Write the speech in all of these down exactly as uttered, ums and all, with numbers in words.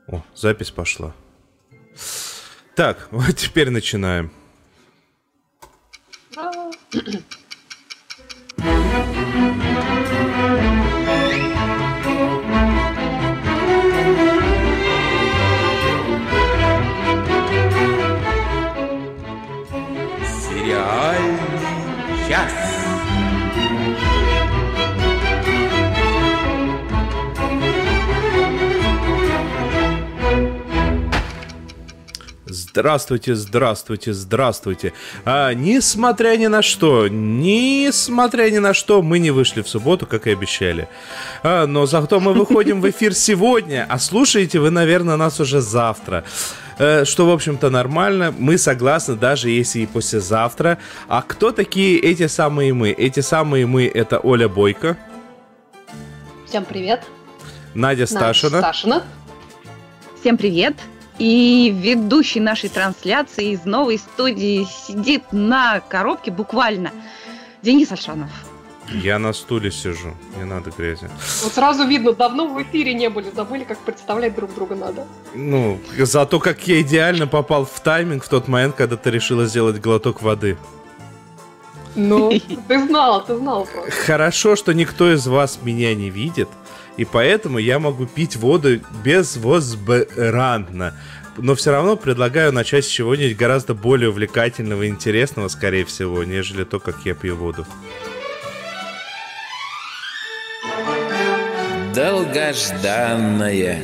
О, запись пошла. Так, вот теперь начинаем. Сериальный час. Здравствуйте, здравствуйте, здравствуйте. А, несмотря ни на что, несмотря ни на что, мы не вышли в субботу, как и обещали. А, но зато мы выходим в эфир сегодня, а слушаете вы, наверное, нас уже завтра. А, что, в общем-то, нормально. Мы согласны, даже если и послезавтра. А кто такие эти самые мы? Эти самые мы — это Оля Бойко. Всем привет. Надя Сташина. Надя Сташина. Всем привет. И ведущий нашей трансляции из новой студии сидит на коробке буквально Денис Альшанов. Я на стуле сижу, не надо грязи. Вот сразу видно, давно в эфире не были, забыли, как представлять друг друга надо. Ну, зато как я идеально попал в тайминг в тот момент, когда ты решила сделать глоток воды. Ну, ты знал, ты знал просто. Хорошо, что никто из вас меня не видит, и поэтому я могу пить воду безвозбранно. Но все равно предлагаю начать с чего-нибудь гораздо более увлекательного и интересного, скорее всего, нежели то, как я пью воду. Долгожданное.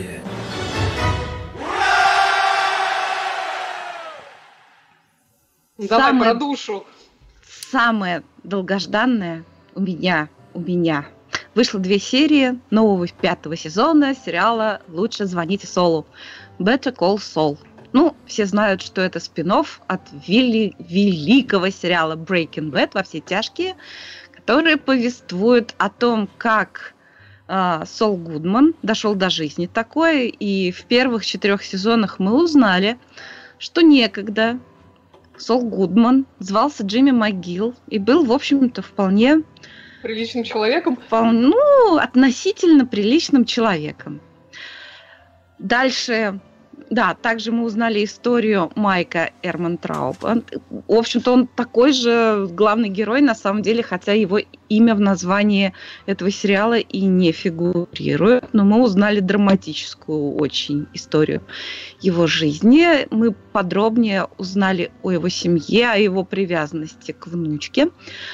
Давай Самое- про душу. Самое долгожданное у меня, у меня. Вышло две серии нового пятого сезона сериала «Лучше звоните Солу». Better Call Saul. Ну, все знают, что это спин-офф от вели- великого сериала Breaking Bad «Во все тяжкие», который повествует о том, как э, Сол Гудман дошел до жизни такой. И в первых четырех сезонах мы узнали, что некогда Сол Гудман звался Джимми МcGill и был, в общем-то, вполне... Приличным человеком. Вполне, ну, относительно приличным человеком. Дальше, да, также мы узнали историю Майка Эрмантрауба. В общем-то, он такой же главный герой, на самом деле, хотя его имя в названии этого сериала и не фигурирует. Но мы узнали драматическую очень историю его жизни. Мы подробнее узнали о его семье, о его привязанности к внучке.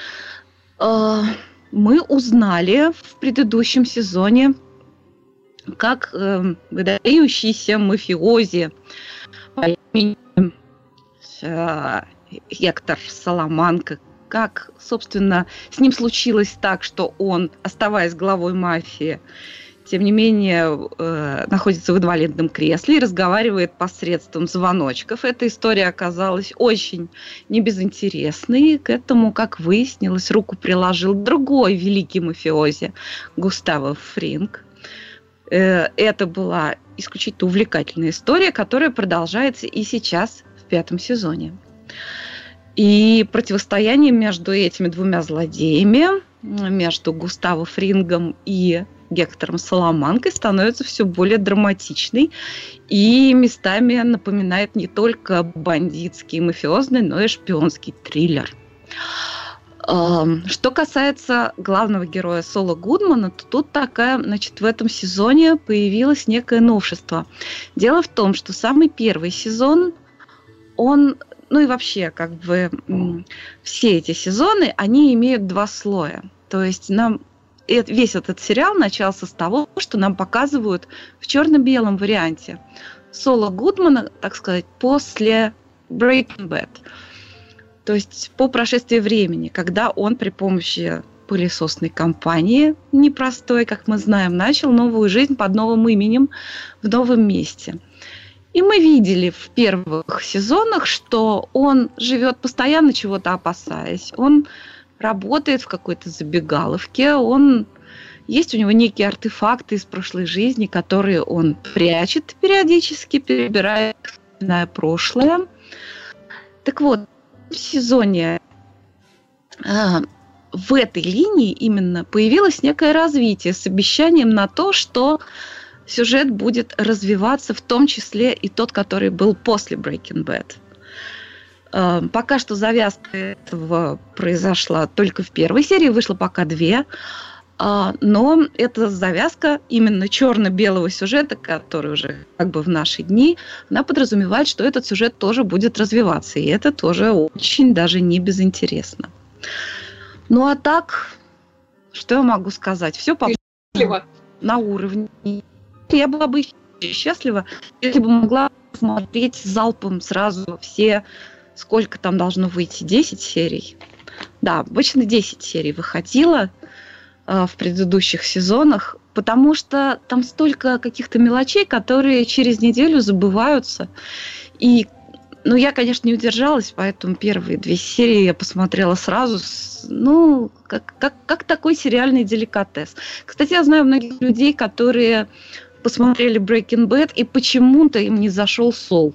Мы узнали в предыдущем сезоне, как э, выдающийся мафиози по имени э, Гектор Саламанка, как, собственно, с ним случилось так, что он, оставаясь главой мафии, тем не менее, э, находится в инвалидном кресле и разговаривает посредством звоночков. Эта история оказалась очень небезынтересной. К этому, как выяснилось, руку приложил другой великий мафиози Густаво Фринг. Э, это была исключительно увлекательная история, которая продолжается и сейчас в пятом сезоне. И противостояние между этими двумя злодеями, между Густаво Фрингом и Гектором Саламанкой, становится все более драматичной и местами напоминает не только бандитский, мафиозный, но и шпионский триллер. Что касается главного героя Сола Гудмана, то тут такая, значит, в этом сезоне появилось некое новшество. Дело в том, что самый первый сезон, он, ну и вообще, как бы все эти сезоны, они имеют два слоя. То есть нам весь этот сериал начался с того, что нам показывают в черно-белом варианте Сола Гудмана, так сказать, после Breaking Bad. То есть по прошествии времени, когда он при помощи пылесосной компании, непростой, как мы знаем, начал новую жизнь под новым именем в новом месте. И мы видели в первых сезонах, что он живет постоянно чего-то опасаясь. Он работает в какой-то забегаловке, он... есть у него некие артефакты из прошлой жизни, которые он прячет периодически, перебирая прошлое. Так вот, в сезоне а, в этой линии именно появилось некое развитие с обещанием на то, что сюжет будет развиваться, в том числе и тот, который был после Breaking Bad. Пока что завязка этого произошла только в первой серии, вышло пока две. Но эта завязка именно черно-белого сюжета, который уже как бы в наши дни, она подразумевает, что этот сюжет тоже будет развиваться. И это тоже очень даже не безинтересно. Ну а так, что я могу сказать? Все по на уровне. Я была бы счастлива, если бы могла смотреть залпом сразу все... Сколько там должно выйти? десять серий? Да, обычно десять серий выходило э, в предыдущих сезонах, потому что там столько каких-то мелочей, которые через неделю забываются. И, ну, я, конечно, не удержалась, поэтому первые две серии я посмотрела сразу. С, ну, как, как, как такой сериальный деликатес. Кстати, я знаю многих людей, которые посмотрели Breaking Bad, и почему-то им не зашел Сол.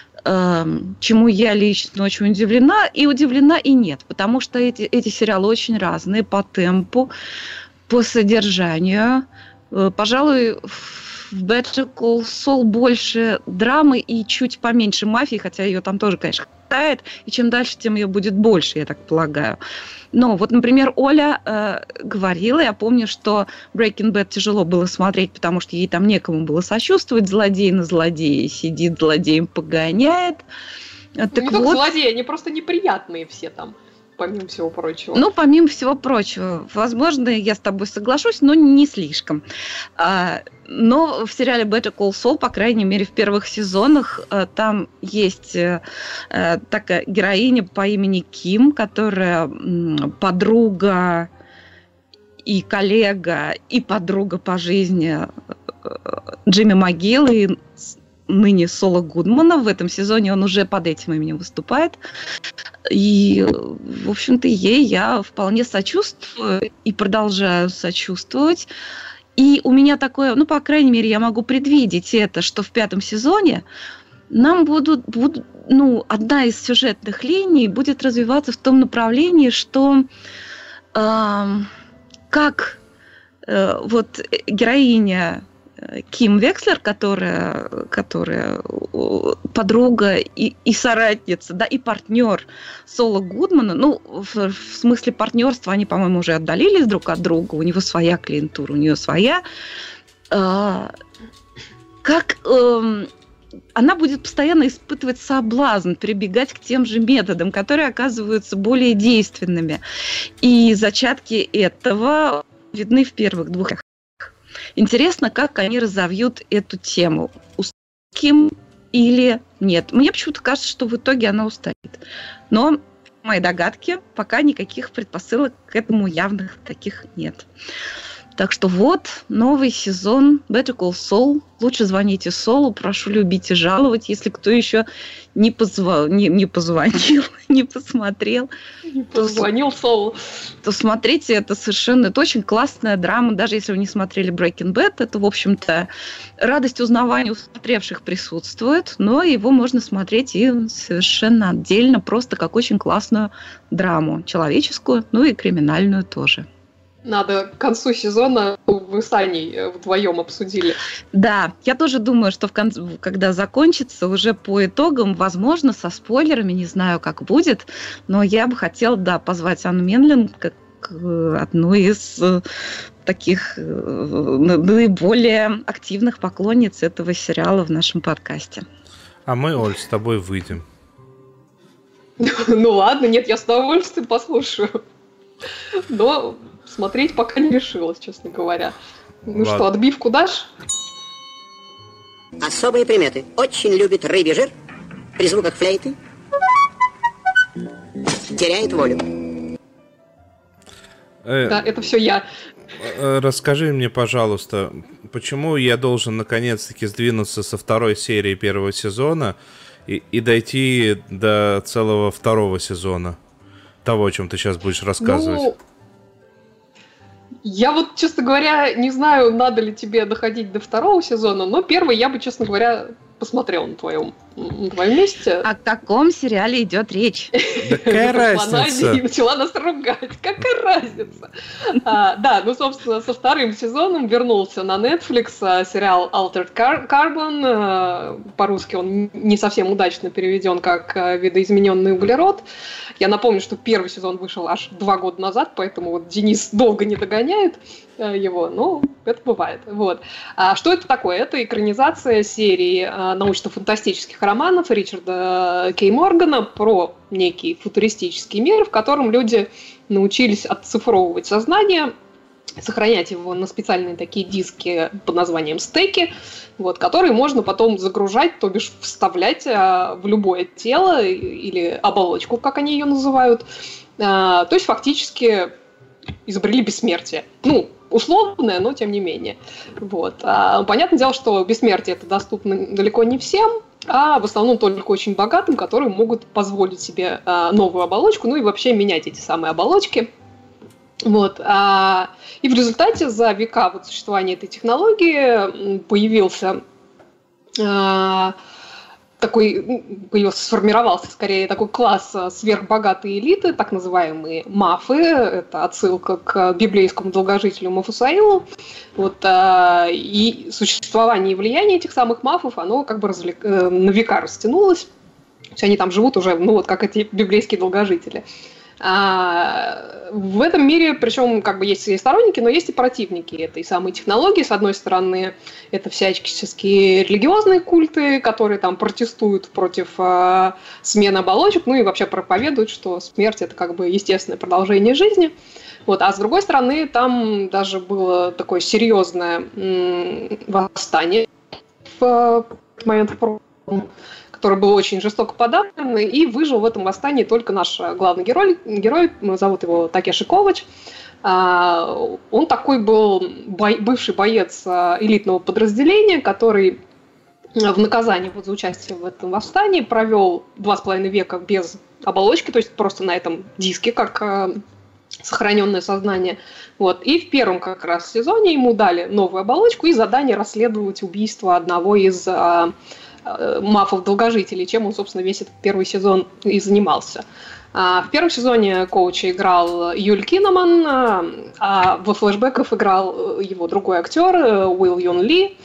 Чему я лично очень удивлена. И удивлена, и нет. Потому что эти, эти сериалы очень разные по темпу, по содержанию. Пожалуй, в Better Call Saul больше драмы и чуть поменьше мафии, хотя ее там тоже, конечно, хватает. И чем дальше, тем ее будет больше, я так полагаю. Но вот, например, Оля э, говорила, я помню, что Breaking Bad тяжело было смотреть, потому что ей там некому было сочувствовать, злодей на злодея сидит, злодеем погоняет. Так не вот, только злодеи, они просто неприятные все там, помимо всего прочего. Ну, помимо всего прочего. Возможно, я с тобой соглашусь, но не слишком. А, но в сериале Better Call Saul, по крайней мере, в первых сезонах, там есть такая героиня по имени Ким, которая подруга и коллега, и подруга по жизни Джимми Магилла, и ныне Соло Гудмана. В этом сезоне он уже под этим именем выступает. И, в общем-то, ей я вполне сочувствую и продолжаю сочувствовать. И у меня такое, ну, по крайней мере, я могу предвидеть это, что в пятом сезоне нам будут, будут ну, одна из сюжетных линий будет развиваться в том направлении, что э, как э, вот героиня Ким Векслер, которая, которая подруга и, и соратница, да, и партнер Соло Гудмана, ну, в, в смысле партнерства они, по-моему, уже отдалились друг от друга, у него своя клиентура, у нее своя. Э, как э, она будет постоянно испытывать соблазн, прибегать к тем же методам, которые оказываются более действенными. И зачатки этого видны в первых двух. Интересно, как они разовьют эту тему. Устарим или нет. Мне почему-то кажется, что в итоге она устарит. Но мои догадки, пока никаких предпосылок к этому явных таких нет. Так что вот, новый сезон Better Call Saul. Лучше звоните Солу, прошу любить и жаловать. Если кто еще не, позва... не, не позвонил, не посмотрел. Не позвонил Солу. То смотрите, это совершенно, это очень классная драма. Даже если вы не смотрели Breaking Bad, это, в общем-то, радость узнавания у смотревших присутствует, но его можно смотреть и совершенно отдельно, просто как очень классную драму. Человеческую, ну и криминальную тоже. Надо к концу сезона вы с Аней вдвоем обсудили. Да, я тоже думаю, что в конце, когда закончится, уже по итогам, возможно, со спойлерами, не знаю, как будет, но я бы хотела, да, позвать Анну Менлин как одну из таких наиболее активных поклонниц этого сериала в нашем подкасте. А мы, Оль, с тобой выйдем. Ну ладно, нет, я с удовольствием послушаю. Но смотреть пока не решилась, честно говоря. Ну Ладно. Что, отбивку дашь? Особые приметы. Очень любит рыбий жир. При звуках флейты теряет волю. Э, да, это все я. Расскажи мне, пожалуйста, почему я должен наконец-таки сдвинуться со второй серии первого сезона и, и дойти до целого второго сезона? Того, о чем ты сейчас будешь рассказывать. Ну, я вот, честно говоря, не знаю, надо ли тебе доходить до второго сезона, но первый я бы, честно говоря, посмотрел на твоем, на твоем месте. О каком сериале идет речь? Какая разница? И начала нас ругать. Какая разница? А, да, ну, собственно, со вторым сезоном вернулся на Netflix сериал Altered Carbon. А, по-русски он не совсем удачно переведен как «Видоизмененный углерод». Я напомню, что первый сезон вышел аж два года назад, поэтому вот Денис долго не догоняет его, но это бывает. Вот. А что это такое? Это экранизация серии а, научно-фантастических романов Ричарда Кей Моргана про некий футуристический мир, в котором люди научились отцифровывать сознание, сохранять его на специальные такие диски под названием стеки, вот, которые можно потом загружать, то бишь вставлять а, в любое тело или оболочку, как они ее называют. А, то есть фактически изобрели бессмертие. Ну, условное, но тем не менее. Вот. А, понятное дело, что бессмертие это доступно далеко не всем, а в основном только очень богатым, которые могут позволить себе а, новую оболочку, ну и вообще менять эти самые оболочки. Вот. А, и в результате за века вот существования этой технологии появился а, такой, появился, сформировался скорее такой класс сверхбогатой элиты, так называемые мафы. Это отсылка к библейскому долгожителю Мафусаилу. Вот, а, и существование и влияние этих самых мафов, оно как бы развлек... на века растянулось. То есть они там живут уже, ну вот как эти библейские долгожители. А в этом мире, причем как бы есть и сторонники, но есть и противники этой самой технологии. С одной стороны, это всяческие религиозные культы, которые там протестуют против э, смены оболочек, ну и вообще проповедуют, что смерть – это как бы естественное продолжение жизни. Вот. А с другой стороны, там даже было такое серьезное м- восстание в момент в который был очень жестоко подавлен, и выжил в этом восстании только наш главный герой, герой зовут его Такеши Ковач. Он такой был бой, бывший боец элитного подразделения, который в наказание вот за участие в этом восстании провел два с половиной века без оболочки, то есть просто на этом диске, как сохраненное сознание. Вот. И в первом как раз сезоне ему дали новую оболочку и задание расследовать убийство одного из мафов-долгожителей, чем он, собственно, весь этот первый сезон и занимался. В первом сезоне коуча играл Юль Киннаман, а во флешбеках играл его другой актер Уилл Юн Ли.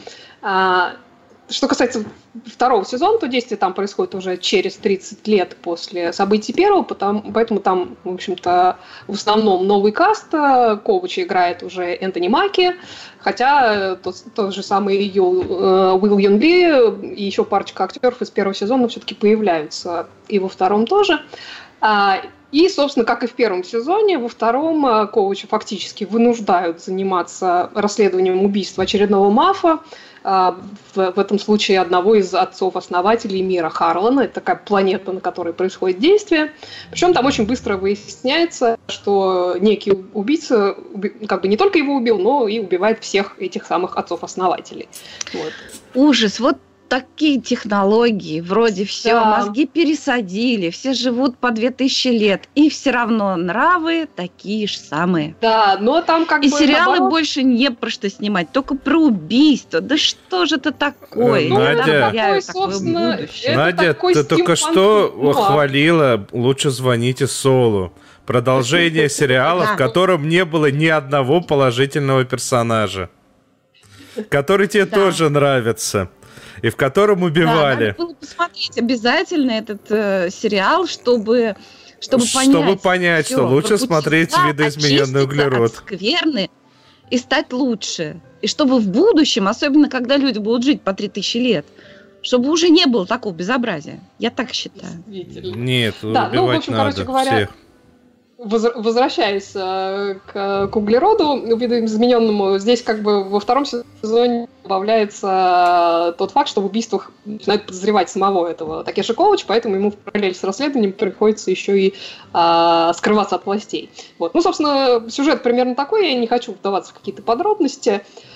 Что касается второго сезона, то действие там происходит уже через тридцать лет после событий первого, потому, поэтому там, в общем-то, в основном новый каст. Ковача играет уже Энтони Маки, хотя тот, тот же самый Юл, э, Уилл Юн Ли и еще парочка актеров из первого сезона все-таки появляются и во втором тоже. А, и, собственно, как и в первом сезоне, во втором Ковача фактически вынуждают заниматься расследованием убийства очередного мафа, в, в этом случае одного из отцов-основателей мира Харлана. Это такая планета, на которой происходит действие. Причем там очень быстро выясняется, что некий убийца как бы не только его убил, но и убивает всех этих самых отцов-основателей. Вот. Ужас! Вот такие технологии, вроде все, да. Мозги пересадили, все живут по две тысячи лет, и все равно нравы такие же самые. Да, но там как и бы... И сериалы наоборот... больше не про что снимать, только про убийство. Да что же это такое? Ну, Надя, такой, собственно, Надя, ты только что хвалила «Лучше звоните Солу». Продолжение сериала, в котором не было ни одного положительного персонажа, который тебе тоже нравится. И в котором убивали. Да, надо было посмотреть обязательно этот э, сериал, чтобы, чтобы понять, чтобы понять всё, что лучше смотреть «Видоизмененный углерод». От скверны и стать лучше. И чтобы в будущем, особенно когда люди будут жить по три тысячи лет, чтобы уже не было такого безобразия. Я так считаю. Нет, да, убивать ну, в общем, надо короче говоря, всех. Возвращаясь э, к, к углероду, видоизмененному, здесь как бы во втором сезоне добавляется тот факт, что в убийствах начинают подозревать самого этого Такеши Ковача, поэтому ему в параллели с расследованием приходится еще и э, скрываться от властей. Вот. Ну, собственно, сюжет примерно такой, я не хочу вдаваться в какие-то подробности.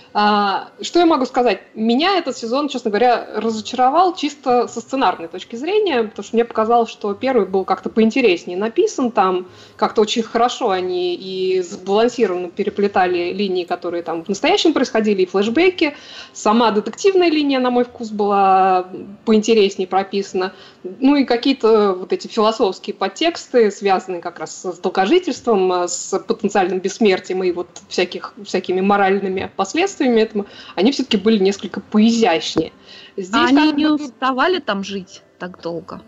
А, что я могу сказать? Меня этот сезон, честно говоря, разочаровал чисто со сценарной точки зрения, потому что мне показалось, что первый был как-то поинтереснее написан, там как-то очень хорошо они и сбалансированно переплетали линии, которые там в настоящем происходили, и флешбеки. Сама детективная линия, на мой вкус, была поинтереснее прописана. Ну и какие-то вот эти философские подтексты, связанные как раз с долгожительством, с потенциальным бессмертием и вот всяких, всякими моральными последствиями этому, они все-таки были несколько поизящнее. Здесь а они не бы... уставали там жить так долго?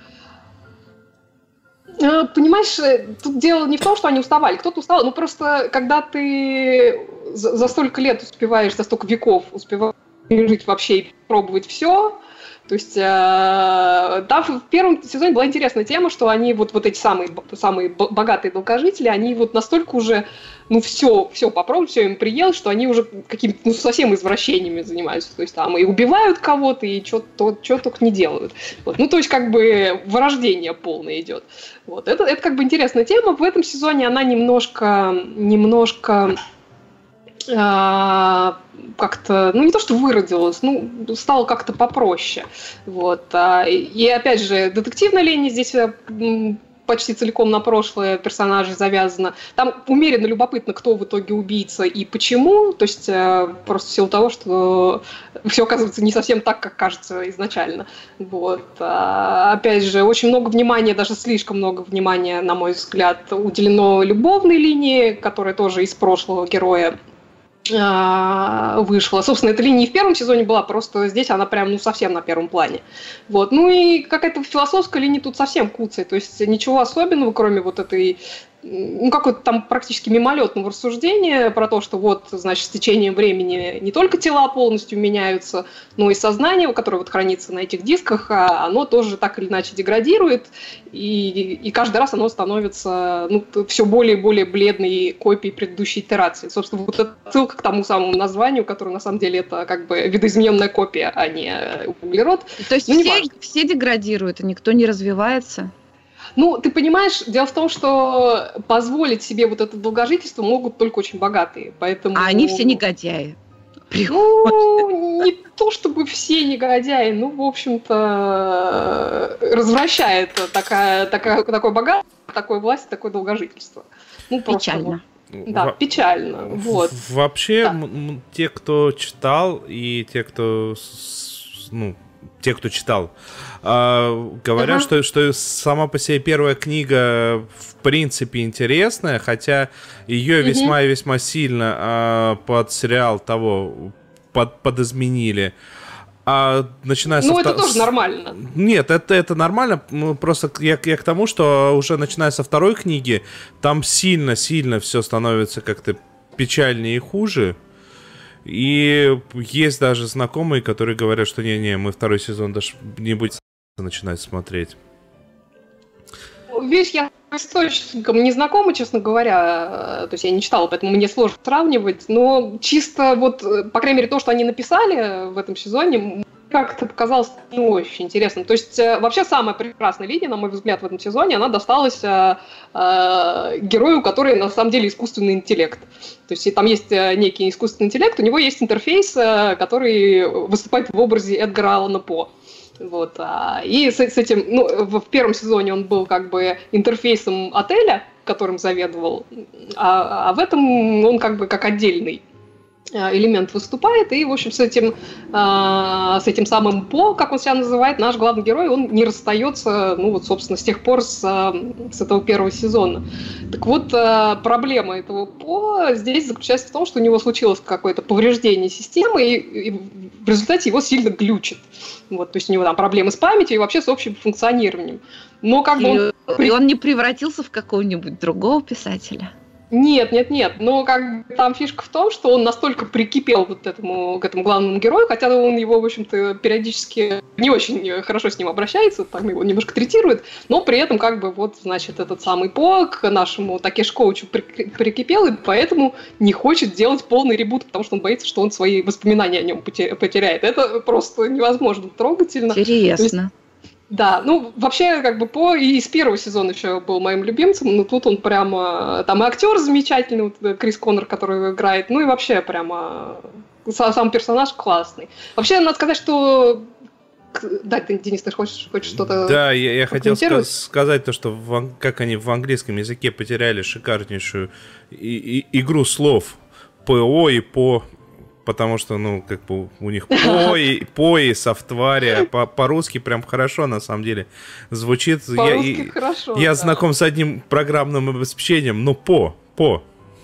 Понимаешь, тут дело не в том, что они уставали. Кто-то устал, ну просто когда ты за, за столько лет успеваешь, за столько веков успеваешь жить вообще и пробовать все. То есть э, там в первом сезоне была интересная тема, что они вот, вот эти самые, самые богатые долгожители, они вот настолько уже, ну все, все попробовали, все им приелось, что они уже какими-то ну, совсем извращениями занимаются. То есть там и убивают кого-то, и что-то только не делают. Вот. Ну то есть как бы вырождение полное идет. Вот. Это, это как бы интересная тема. В этом сезоне она немножко, немножко... как-то, ну не то, что выродилась, ну стало как-то попроще. Вот. И опять же, детективная линия здесь почти целиком на прошлое персонажей завязана. Там умеренно любопытно, кто в итоге убийца и почему. То есть просто в силу того, что все оказывается не совсем так, как кажется изначально. Вот. Опять же, очень много внимания, даже слишком много внимания, на мой взгляд, уделено любовной линии, которая тоже из прошлого героя вышла. Собственно, эта линия и в первом сезоне была, просто здесь она прям ну, совсем на первом плане. Вот. Ну и какая-то философская линия тут совсем куцая, то есть ничего особенного, кроме вот этой ну, какое-то там практически мимолетного рассуждения про то, что вот, значит, с течением времени не только тела полностью меняются, но и сознание, которое вот хранится на этих дисках, оно тоже так или иначе деградирует, и, и каждый раз оно становится ну, все более и более бледной копией предыдущей итерации. Собственно, вот это ссылка к тому самому названию, которое на самом деле это как бы видоизмененная копия, а не углерод. То есть ну, все, все деградируют, а никто не развивается? Ну, ты понимаешь, дело в том, что позволить себе вот это долгожительство могут только очень богатые, поэтому... А они все негодяи. Ну, не то чтобы все негодяи, ну, в общем-то, развращает такая, такая, такое богатство, такое власть, такое долгожительство. Ну, печально. Просто, да, Во- печально. Вот. Вообще, да. м- те, кто читал, и те, кто... Ну, те, кто читал, э, говорят, ага. что, что сама по себе первая книга в принципе интересная, хотя ее угу. весьма и весьма сильно э, под сериал того под, подизменили. А начиная ну, со это втор... тоже нормально. Нет, это, это нормально. Просто я, я к тому, что уже начиная со второй книги, там сильно-сильно все становится как-то печальнее и хуже. И есть даже знакомые, которые говорят, что не-не, мы второй сезон даже не будем начинать смотреть. Видишь, я с источником не знакома, честно говоря, то есть я не читала, поэтому мне сложно сравнивать, но чисто вот, по крайней мере, то, что они написали в этом сезоне, как-то показалось не очень интересным. То есть вообще самая прекрасная линия, на мой взгляд, в этом сезоне, она досталась э, э, герою, который на самом деле искусственный интеллект. То есть там есть некий искусственный интеллект, у него есть интерфейс, э, который выступает в образе Эдгара Аллана По. Вот. И с, с этим, ну, в первом сезоне он был как бы интерфейсом отеля, которым заведовал, а, а в этом он как бы как отдельный элемент выступает, и, в общем, с этим, с этим самым По, как он себя называет, наш главный герой, он не расстается, ну, вот, собственно, с тех пор с, с этого первого сезона. Так вот, проблема этого По здесь заключается в том, что у него случилось какое-то повреждение системы, и, и в результате его сильно глючит. Вот, то есть у него там проблемы с памятью и вообще с общим функционированием. Но как бы он... И он не превратился в какого-нибудь другого писателя? Нет, нет, нет. Но как бы там фишка в том, что он настолько прикипел вот этому, к этому главному герою, хотя он его, в общем-то, периодически не очень хорошо с ним обращается, там его немножко третирует, но при этом как бы вот, значит, этот самый По к нашему Такеши-коучу прикипел, и поэтому не хочет делать полный ребут, потому что он боится, что он свои воспоминания о нем потеряет. Это просто невозможно трогательно. Интересно. Да, ну, вообще, как бы, По и с первого сезона еще был моим любимцем, но тут он прямо, там и актер замечательный, вот, Крис Коннор, который его играет, ну и вообще прямо сам персонаж классный. Вообще, надо сказать, что... Да, ты, Денис, ты хочешь, хочешь что-то... Да, я, я хотел ска- сказать то, что в, как они в английском языке потеряли шикарнейшую и, и, игру слов ПО и ПО, потому что, ну, как бы у них ПО и, ПО и софтваре, по- по-русски прям хорошо, на самом деле, звучит. По-русски я, хорошо, Я да. знаком с одним программным обеспечением, но ПО, ПО.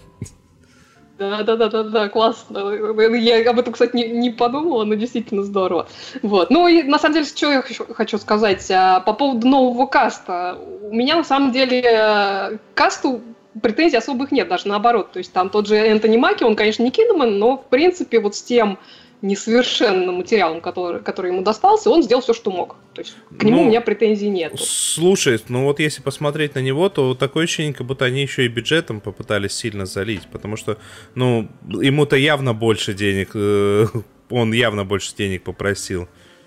Да-да-да-да, классно. Я об этом, кстати, не, не подумала, но действительно здорово. Вот. Ну и на самом деле, что я хочу, хочу сказать по поводу нового каста. У меня на самом деле к касту претензий особых нет, даже наоборот. То есть там тот же Энтони Маки, он, конечно, не Киннаман, но в принципе вот с тем несовершенным материалом, который, который ему достался, он сделал все, что мог. То есть к нему ну, у меня претензий нет. Слушай, ну вот если посмотреть на него, то такое ощущение, как будто они еще и бюджетом попытались сильно залить, потому что, ну, ему-то явно больше денег, э, он явно больше денег попросил.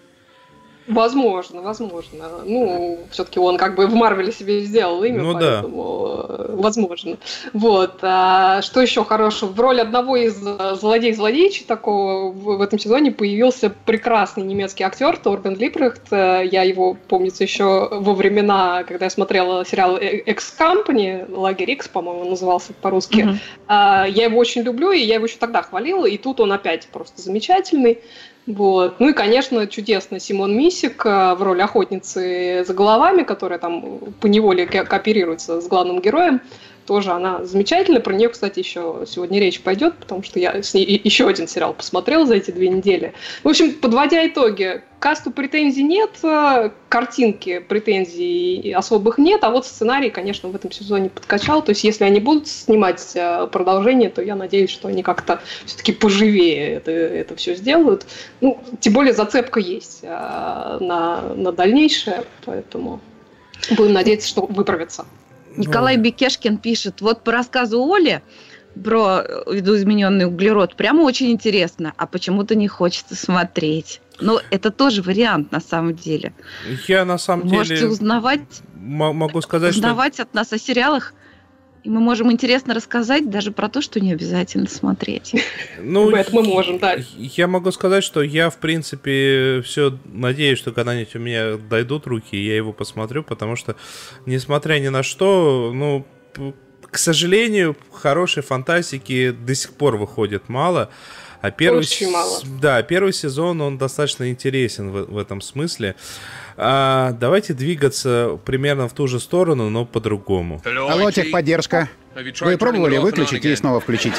Возможно, возможно. Ну, все-таки он как бы в Марвеле себе сделал имя, ну, поэтому да. Возможно. Вот. А что еще хорошего? В роли одного из злодей-злодеичей такого в этом сезоне появился прекрасный немецкий актер Торбен Липрехт. Я его, помнится, еще во времена, когда я смотрела сериал X-Company, Лагерь X, по-моему, назывался по-русски. Mm-hmm. Я его очень люблю, и я его еще тогда хвалила, и тут он опять просто замечательный. Вот. Ну и, конечно, чудесно Симон Мисик в роли охотницы за головами, которая там поневоле кооперируется с главным героем. Тоже она замечательная. Про нее, кстати, еще сегодня речь пойдет, потому что я с ней еще один сериал посмотрела за эти две недели. В общем, подводя итоги, к касту претензий нет, картинки претензий особых нет, а вот сценарий, конечно, в этом сезоне подкачал. То есть, если они будут снимать продолжение, то я надеюсь, что они как-то все-таки поживее это, это все сделают. Ну, тем более зацепка есть на, на дальнейшее, поэтому будем надеяться, что выправится. Николай Бекешкин пишет, вот по рассказу Оли про видоизмененный углерод прямо очень интересно, а почему-то не хочется смотреть. Но это тоже вариант на самом деле. Я на самом Можете деле... узнавать, м- могу сказать, узнавать что... от нас о сериалах, и мы можем интересно рассказать даже про то, что не обязательно смотреть. Ну, это мы можем, да. Я могу сказать, что я, в принципе, все надеюсь, что когда-нибудь у меня дойдут руки, и я его посмотрю, потому что, несмотря ни на что, ну, к сожалению, хорошей фантастики до сих пор выходит мало. А первый, Очень мало. Да, первый сезон, он достаточно интересен в, в этом смысле. А, давайте двигаться примерно в ту же сторону, но по-другому. Алло, техподдержка. Вы пробовали выключить и снова включить?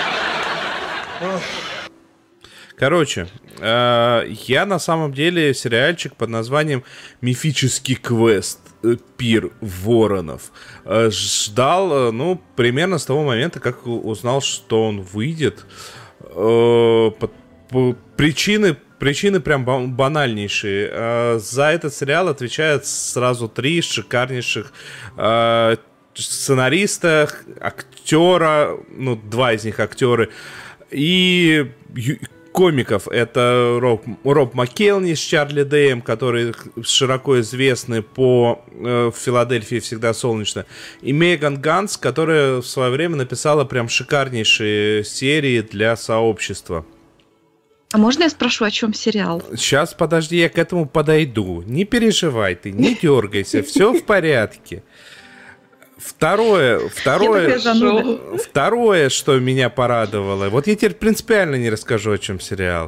Короче, э, я на самом деле сериальчик под названием «Мифический квест. Пир воронов» э, ждал, ну, примерно с того момента, как узнал, что он выйдет. Э, по, по, причины, причины прям банальнейшие. За этот сериал отвечают сразу три шикарнейших э, сценариста, актера, ну, два из них актеры, и ю- комиков. Это Роб, Роб Маккелни с Чарли Дэем, которые широко известны по э, «В Филадельфии всегда солнечно», и Меган Ганс, которая в свое время написала прям шикарнейшие серии для сообщества. А можно я спрошу, о чем сериал? Сейчас, подожди, я к этому подойду. Не переживай ты, не дергайся, все в порядке. Второе, второе, второе, что меня порадовало. Вот я теперь принципиально не расскажу, о чем сериал.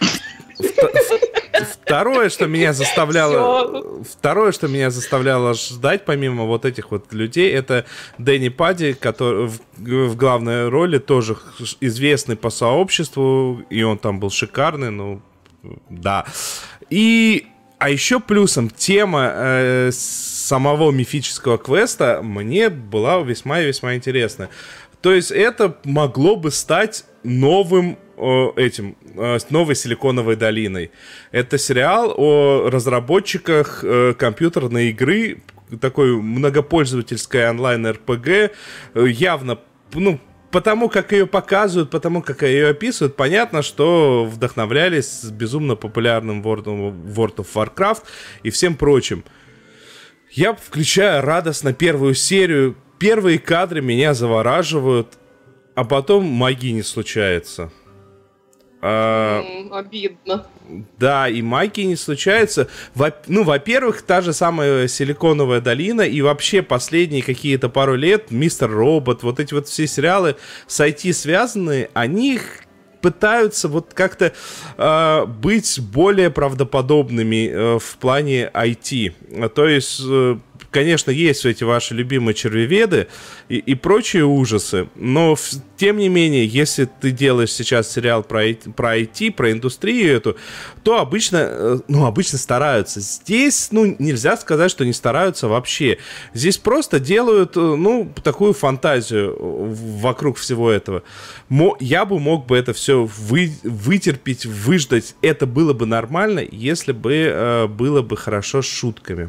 Второе, что меня заставляло, второе, что меня заставляло ждать, помимо вот этих вот людей, это Дэнни Падди, который в, в главной роли тоже известный по сообществу, и он там был шикарный, ну да. И А еще плюсом тема э, самого мифического квеста мне была весьма и весьма интересна. То есть это могло бы стать новым э, этим, э, новой Силиконовой долиной. Это сериал о разработчиках э, компьютерной игры, такой многопользовательской онлайн-эр пи джи, э, явно, ну, потому как ее показывают, потому как ее описывают, понятно, что вдохновлялись безумно популярным World of Warcraft и всем прочим. Я включаю радостно первую серию, первые кадры меня завораживают, а потом магии не случается. А, mm, обидно. Да, и магии не случается. Во, ну, во-первых, та же самая Силиконовая долина и вообще последние какие-то пару лет Мистер Робот, вот эти вот все сериалы с ай ти связанные, они пытаются вот как-то э, быть более правдоподобными э, в плане ай ти. То есть... Э, Конечно, есть эти ваши любимые червеведы и, и прочие ужасы, но в, тем не менее, если ты делаешь сейчас сериал про, про ай ти, про индустрию эту, то обычно, ну, обычно стараются. Здесь, ну, нельзя сказать, что не стараются вообще. Здесь просто делают, ну, такую фантазию вокруг всего этого. Мо, я бы мог бы это все вы, вытерпеть, выждать. Это было бы нормально, если бы э, было бы хорошо с шутками.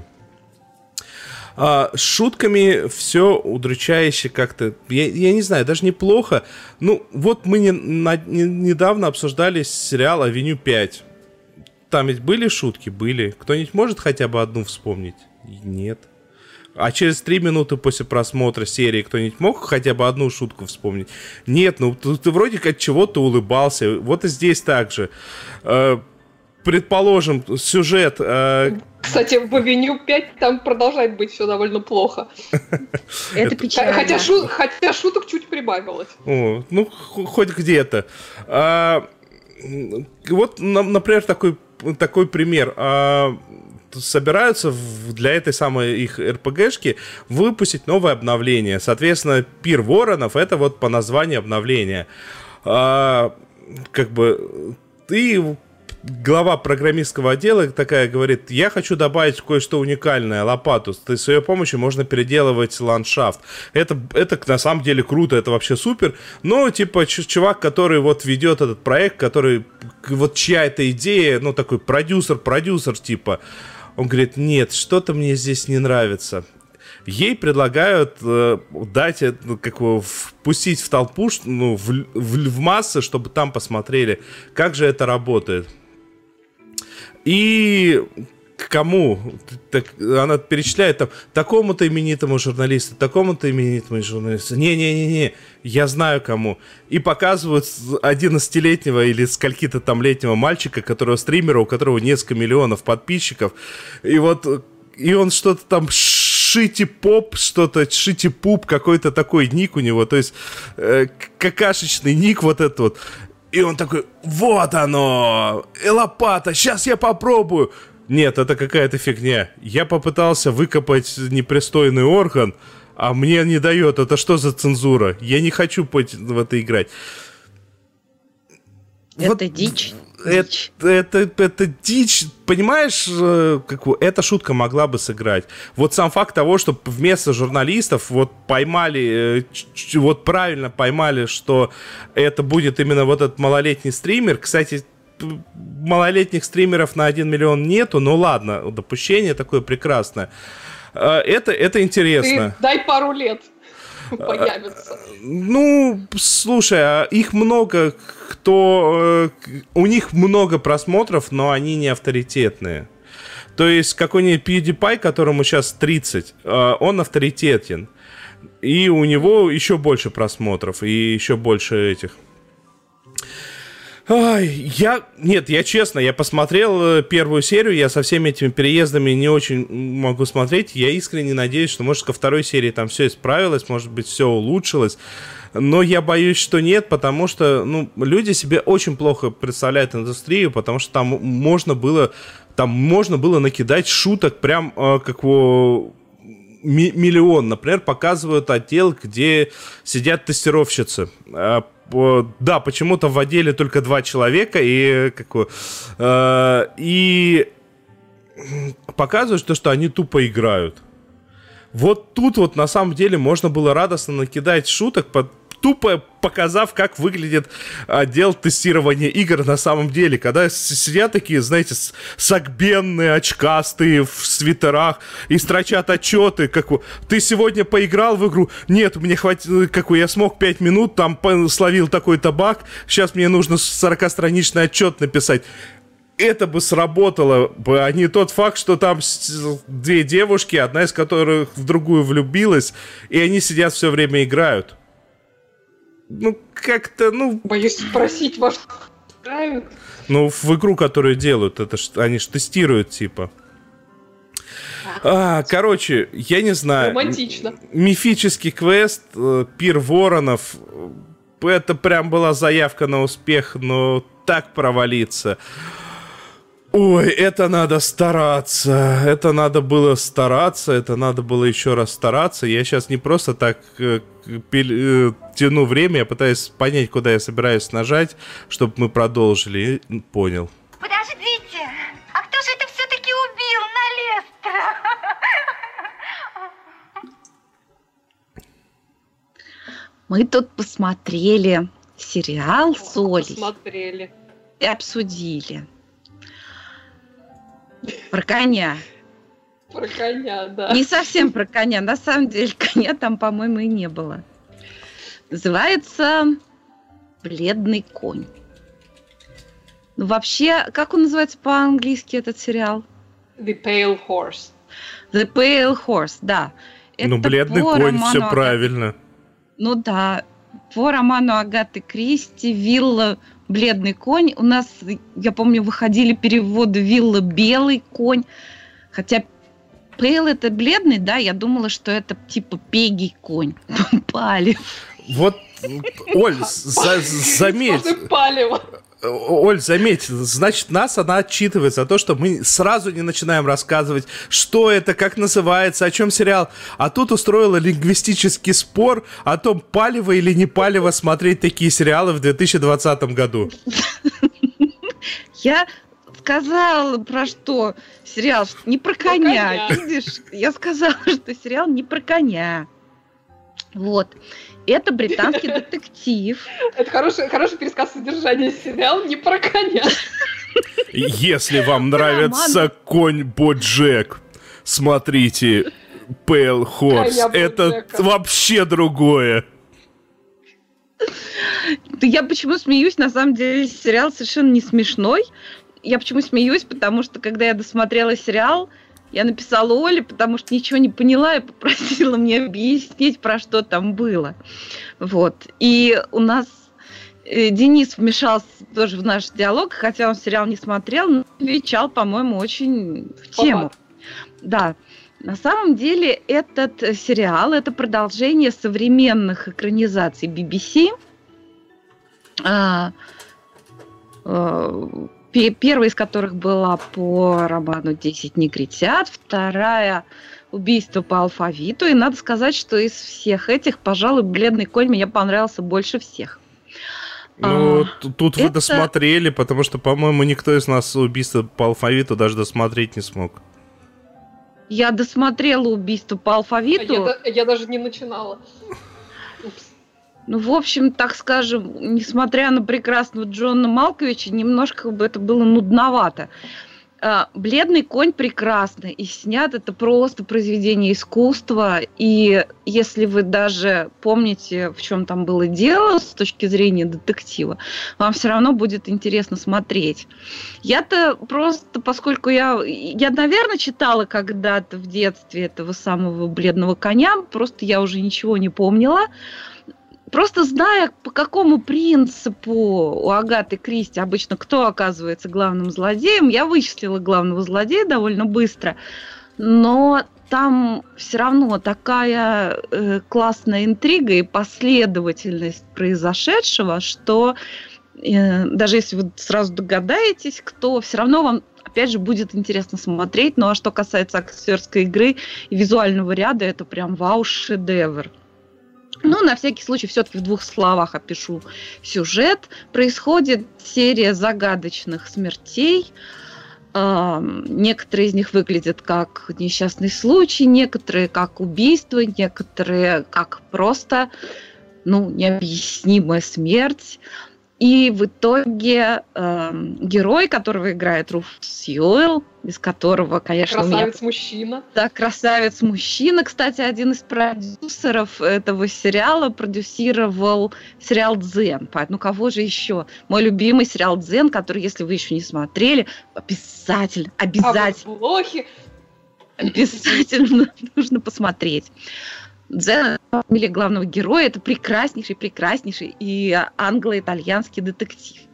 А, с шутками все удручающе как-то, я, я не знаю, даже неплохо. Ну, вот мы не, на, не, недавно обсуждали сериал «Авеню пять». Там ведь были шутки? Были. Кто-нибудь может хотя бы одну вспомнить? Нет. А через три минуты после просмотра серии кто-нибудь мог хотя бы одну шутку вспомнить? Нет, ну ты, ты вроде как чего-то улыбался. Вот и здесь так же. Э, предположим, сюжет... Э, Кстати, в «Авеню пять» там продолжает быть все довольно плохо. Это печально. Хотя, шу- хотя шуток чуть прибавилось. О, ну, хоть где-то. А, вот, например, такой, такой пример. А, собираются в, для этой самой их эр пи гэшки выпустить новое обновление. Соответственно, «Пир воронов» — это вот по названию обновления. А, как бы ты... Глава программистского отдела такая говорит: я хочу добавить кое-что уникальное, лопату. То есть с ее помощью можно переделывать ландшафт. Это, это на самом деле круто, это вообще супер. Но типа чувак, который вот ведет этот проект, который вот чья это идея, ну такой продюсер, продюсер типа, он говорит: нет, что-то мне здесь не нравится. Ей предлагают э, дать, ну, как его, впустить в толпу, ну, в, в, в массы, чтобы там посмотрели, как же это работает. И к кому? Так, она перечисляет там такому-то именитому журналисту, такому-то именитому журналисту. Не-не-не-не, я знаю кому. И показывают одиннадцатилетнего или скольки-то там летнего мальчика, которого стримера, у которого несколько миллионов подписчиков. И вот, и он что-то там... Шити-поп, что-то, шити-пуп, какой-то такой ник у него, то есть э, какашечный ник вот этот вот. И он такой: вот оно, э, лопата, сейчас я попробую. Нет, это какая-то фигня. Я попытался выкопать непристойный орган, а мне не дает. Это что за цензура? Я не хочу в это играть. Это вот дичь. Это, это, это, это дичь, понимаешь, как, эта шутка могла бы сыграть. Вот сам факт того, что вместо журналистов вот поймали, вот правильно поймали, что это будет именно вот этот малолетний стример. Кстати, малолетних стримеров на один миллион нету, но ладно, допущение такое прекрасное. Это, это интересно. Ты дай пару лет. Появится. Ну, слушай, а их много, кто... У них много просмотров, но они не авторитетные. То есть какой-нибудь PewDiePie, которому сейчас тридцать, он авторитетен. И у него еще больше просмотров, и еще больше этих... Ай, я... Нет, я честно, я посмотрел первую серию, я со всеми этими переездами не очень могу смотреть. Я искренне надеюсь, что, может, ко второй серии там все исправилось, может быть, все улучшилось. Но я боюсь, что нет, потому что, ну, люди себе очень плохо представляют индустрию, потому что там можно было, там можно было накидать шуток прям э, как его... миллион. Например, показывают отдел, где сидят тестировщицы. Да, почему-то в отделе только два человека, и, как, э, и показывают, что, что они тупо играют. Вот тут вот на самом деле можно было радостно накидать шуток, под, тупо показав, как выглядит отдел тестирования игр на самом деле. Когда сидят такие, знаете, сагбенные, очкастые, в свитерах и строчат отчеты, как ты сегодня поиграл в игру? Нет, мне хватило, как я смог пять минут, там словил такой-то баг, сейчас мне нужно сорокастраничный отчет написать. Это бы сработало бы, а не тот факт, что там две девушки, одна из которых в другую влюбилась, и они сидят все время играют. Ну, как-то, ну... Боюсь спросить ваш... играют. Ну, в игру, которую делают, это ж, они же тестируют, типа. А, короче, я не знаю. Романтично. Мифический квест, Пир Воронов, это прям была заявка на успех, но так провалиться. Ой, это надо стараться, это надо было стараться, это надо было еще раз стараться. Я сейчас не просто так э, пиль, э, тяну время, я пытаюсь понять, куда я собираюсь нажать, чтобы мы продолжили. Понял. Подождите, а кто же это все-таки убил Налестера? Мы тут посмотрели сериал с Олей. Посмотрели. И обсудили. Про коня. Про коня, да. Не совсем про коня. На самом деле, коня там, по-моему, и не было. Называется «Бледный конь». Ну, вообще, как он называется по-английски, этот сериал? The Pale Horse. The Pale Horse, да. Ну, Это «Бледный по конь», роману все Агаты- правильно. Ну да, по роману Агаты Кристи «Вилла Бледный конь». У нас, я помню, выходили переводы «Вилла Белый конь». Хотя Пейл это бледный, да, я думала, что это типа Пегий конь. Палев. Вот, Оль, за- заметь. Палево. Оль, заметь, значит, нас она отчитывает за то, что мы сразу не начинаем рассказывать, что это, как называется, о чем сериал. А тут устроила лингвистический спор о том, палево или не палево смотреть такие сериалы в две тысячи двадцатом году. Я сказала про что сериал, не про коня. коня. Видишь, я сказала, что сериал не про коня. Вот. Это британский детектив. Это хороший, хороший пересказ содержания сериала не про коня. Если вам нравится конь Боджек, смотрите Pale Horse. Коня Это Боджека. вообще другое. Да я почему смеюсь? На самом деле сериал совершенно не смешной. Я почему смеюсь? Потому что когда я досмотрела сериал, я написала Оле, потому что ничего не поняла и попросила мне объяснить, про что там было. Вот. И у нас э, Денис вмешался тоже в наш диалог, хотя он сериал не смотрел, но отвечал, по-моему, очень в тему. Попад. Да. На самом деле этот сериал – это продолжение современных экранизаций би би си. А, а, Первая из которых была по роману «Десять негритят», вторая «Убийство по алфавиту». И надо сказать, что из всех этих, пожалуй, «Бледный конь» мне понравился больше всех. Ну, А, т- тут вы это- досмотрели, потому что, по-моему, никто из нас «Убийство по алфавиту» даже досмотреть не смог. Я досмотрела «Убийство по А алфавиту». Я, да- я даже не начинала. Упс. Ну, в общем, так скажем, несмотря на прекрасного Джона Малковича, немножко бы это было нудновато. А, «Бледный конь» прекрасно и снят, это просто произведение искусства, и если вы даже помните, в чем там было дело с точки зрения детектива, вам все равно будет интересно смотреть. Я-то просто, поскольку я, я, наверное, читала когда-то в детстве этого самого «Бледного коня», просто я уже ничего не помнила. Просто зная, по какому принципу у Агаты Кристи обычно кто оказывается главным злодеем, я вычислила главного злодея довольно быстро. Но там все равно такая э, классная интрига и последовательность произошедшего, что э, даже если вы сразу догадаетесь, кто, все равно вам опять же будет интересно смотреть. Ну а что касается актерской игры и визуального ряда, это прям вау-шедевр. Ну, на всякий случай, все-таки в двух словах опишу сюжет. Происходит серия загадочных смертей. Э, некоторые из них выглядят как несчастный случай, некоторые как убийство, некоторые как просто, ну, необъяснимая смерть. И в итоге э, герой, которого играет Руфус Сьюэлл, без которого, конечно, у меня... Красавец-мужчина. Да, красавец-мужчина. Кстати, один из продюсеров этого сериала продюсировал сериал «Дзен». Ну, кого же еще? Мой любимый сериал «Дзен», который, если вы еще не смотрели, обязательно, обязательно, А вот блохи. обязательно нужно посмотреть. Дзен, фамилия главного героя, это прекраснейший, прекраснейший и англо-итальянский детектив.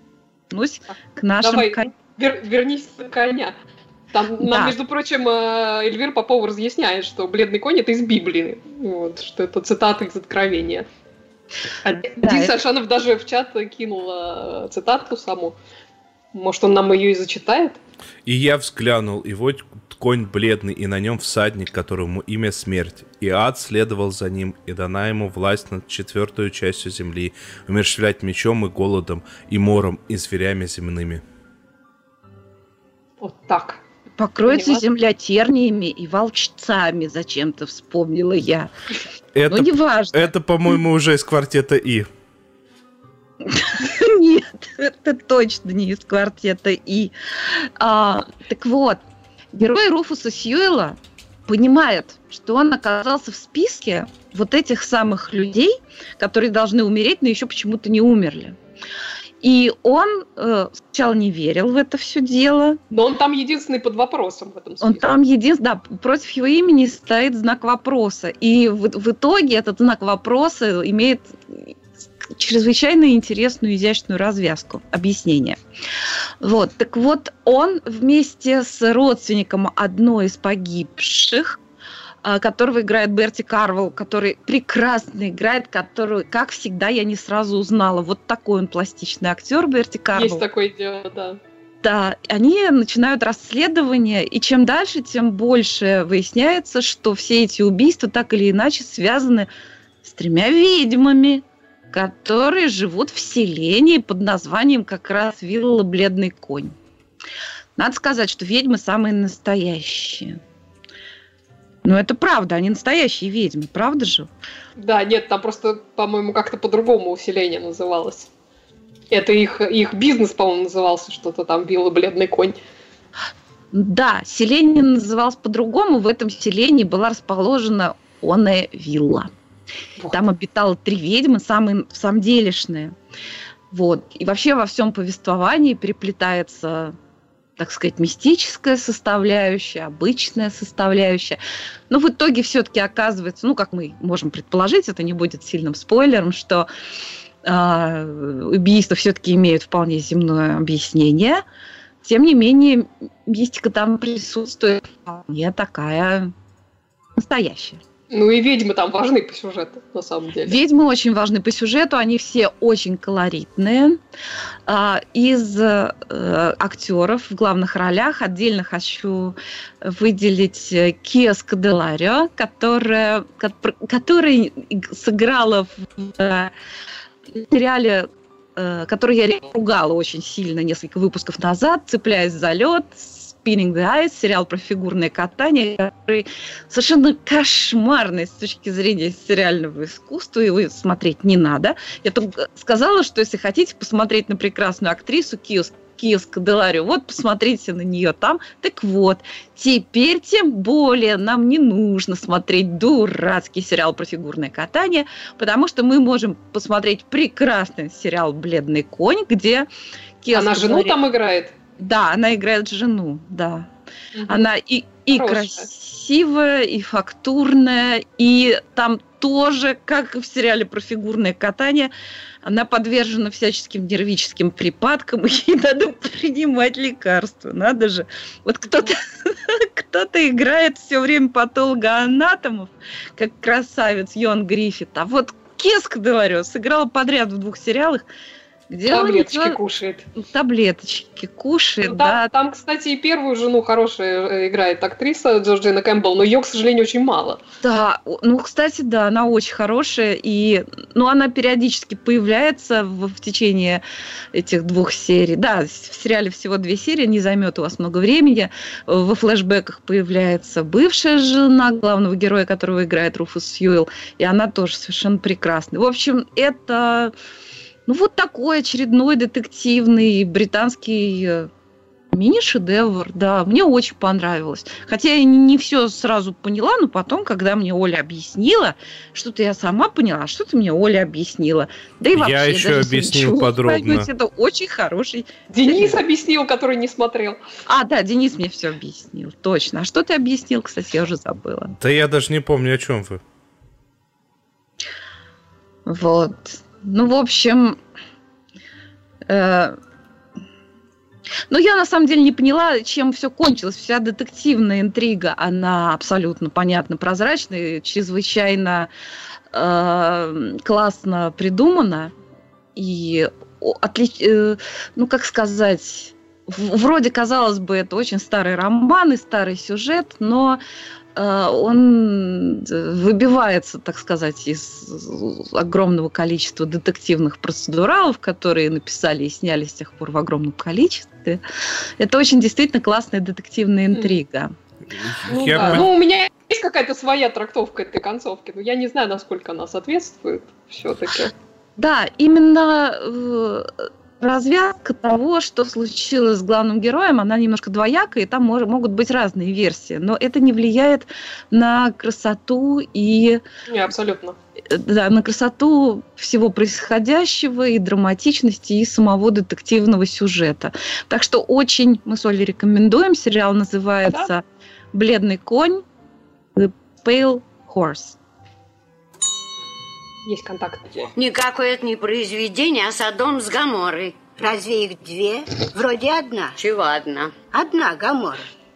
вернусь к нашим... Давай, вер, вернись на коня. Там, да. нам, между прочим, Эльвир Попов разъясняет, что бледный конь — это из Библии, вот, что это цитата из Откровения. А да, Денис это... Альшанов даже в чат кинул цитатку саму. Может, он нам ее и зачитает? И я взглянул, и вот конь бледный, и на нем всадник, которому имя смерть. И ад следовал за ним, и дана ему власть над четвертую частью земли, умерщвлять мечом и голодом, и мором, и зверями земными. Вот так. Покроется земля терниями и волчцами, зачем-то вспомнила я. Это, ну, неважно. Это, по-моему, уже из квартета И. Нет, это точно не из квартета И. А, так вот, герой Руфуса Сьюэлла понимает, что он оказался в списке вот этих самых людей, которые должны умереть, но еще почему-то не умерли. И он э, сначала не верил в это все дело. Но он там единственный под вопросом в этом списке. Он там единственный, да, против его имени стоит знак вопроса. И в, в итоге этот знак вопроса имеет чрезвычайно интересную, изящную развязку, объяснение. Вот, так вот, он вместе с родственником одной из погибших, которого играет Берти Карвелл, который прекрасно играет, который, как всегда, я не сразу узнала. Вот такой он пластичный актер, Берти Карвелл. Есть такое дело, да. Да, они начинают расследование, и чем дальше, тем больше выясняется, что все эти убийства так или иначе связаны с тремя ведьмами, которые живут в селении под названием как раз Вилла Бледный конь. Надо сказать, что ведьмы самые настоящие. Ну, это правда, они настоящие ведьмы, правда же? Да, нет, там просто, по-моему, как-то по-другому селение называлось. Это их, их бизнес, по-моему, назывался что-то там, Вилла Бледный конь. Да, селение называлось по-другому. В этом селении была расположена оная вилла. Вот. Там обитало три ведьмы, самые самделишные. Вот. И вообще во всем повествовании переплетается, так сказать, мистическая составляющая, обычная составляющая. Но в итоге все-таки оказывается, ну, как мы можем предположить, это не будет сильным спойлером, что э, убийства все-таки имеют вполне земное объяснение. Тем не менее, мистика там присутствует вполне такая настоящая. Ну и ведьмы там важны по сюжету, на самом деле. Ведьмы очень важны по сюжету, они все очень колоритные. Из актеров в главных ролях отдельно хочу выделить Киа Скоделарио, которая, которая сыграла в сериале, который я ругала очень сильно несколько выпусков назад, «Цепляясь за лед», Spinning the Ice, сериал про фигурное катание, который совершенно кошмарный с точки зрения сериального искусства, его смотреть не надо. Я только сказала, что если хотите посмотреть на прекрасную актрису Киа Скоделарио, вот посмотрите на нее там. Так вот, теперь тем более нам не нужно смотреть дурацкий сериал про фигурное катание, потому что мы можем посмотреть прекрасный сериал «Бледный конь», где Киа Она Скоделарио... жену там играет? Да, она играет жену, да. Угу. Она и, и красивая, и фактурная, и там тоже, как и в сериале про фигурное катание, она подвержена всяческим нервическим припадкам, и ей надо принимать лекарства, надо же. Вот кто-то, кто-то играет все время патологоанатомов, как красавец Йон Гриффит, а вот Киа Скоделарио сыграла подряд в двух сериалах, где таблеточки он... кушает. Таблеточки кушает, ну, да. Там, там, кстати, и первую жену хорошая играет актриса Джорджина Кэмпбелл, но ее, к сожалению, очень мало. Да, ну, кстати, да, она очень хорошая, и, ну, она периодически появляется в, в течение этих двух серий. Да, в сериале всего две серии, не займет у вас много времени. Во флешбеках появляется бывшая жена главного героя, которого играет Руфус Сьюэлл, и она тоже совершенно прекрасная. В общем, это... Ну, вот такой очередной детективный британский мини-шедевр, да, мне очень понравилось. Хотя я не все сразу поняла, но потом, когда мне Оля объяснила, что-то я сама поняла, что-то мне Оля объяснила. Да и вообще, я еще объяснил подробно. Это очень хороший... Денис объяснил, который не смотрел. А, да, Денис мне все объяснил, точно. А что ты объяснил, кстати, я уже забыла. Да я даже не помню, о чем вы. Вот... Ну, в общем, э, Но я на самом деле не поняла, чем все кончилось. Вся детективная интрига, она абсолютно понятна, прозрачная, чрезвычайно э, классно придумана. И, отли... э, ну, как сказать, в- вроде, казалось бы, это очень старый роман и старый сюжет, но он выбивается, так сказать, из огромного количества детективных процедуралов, которые написали и сняли с тех пор в огромном количестве. Это очень действительно классная детективная интрига. Ну, Я да. пон- Ну, у меня есть какая-то своя трактовка этой концовки, но я не знаю, насколько она соответствует все-таки. Да, именно э, развязка того, что случилось с главным героем, она немножко двоякая, и там мож- могут быть разные версии, но это не влияет на красоту и Не, абсолютно. э, да, на красоту всего происходящего и драматичности и самого детективного сюжета. Так что очень мы с Олей рекомендуем. Сериал называется «Бледный конь», The Pale Horse. Есть контакт. Никакое это не произведение, а Содом с Гоморрой. Разве их две? Вроде одна. Чего одна? Одна Гоморра.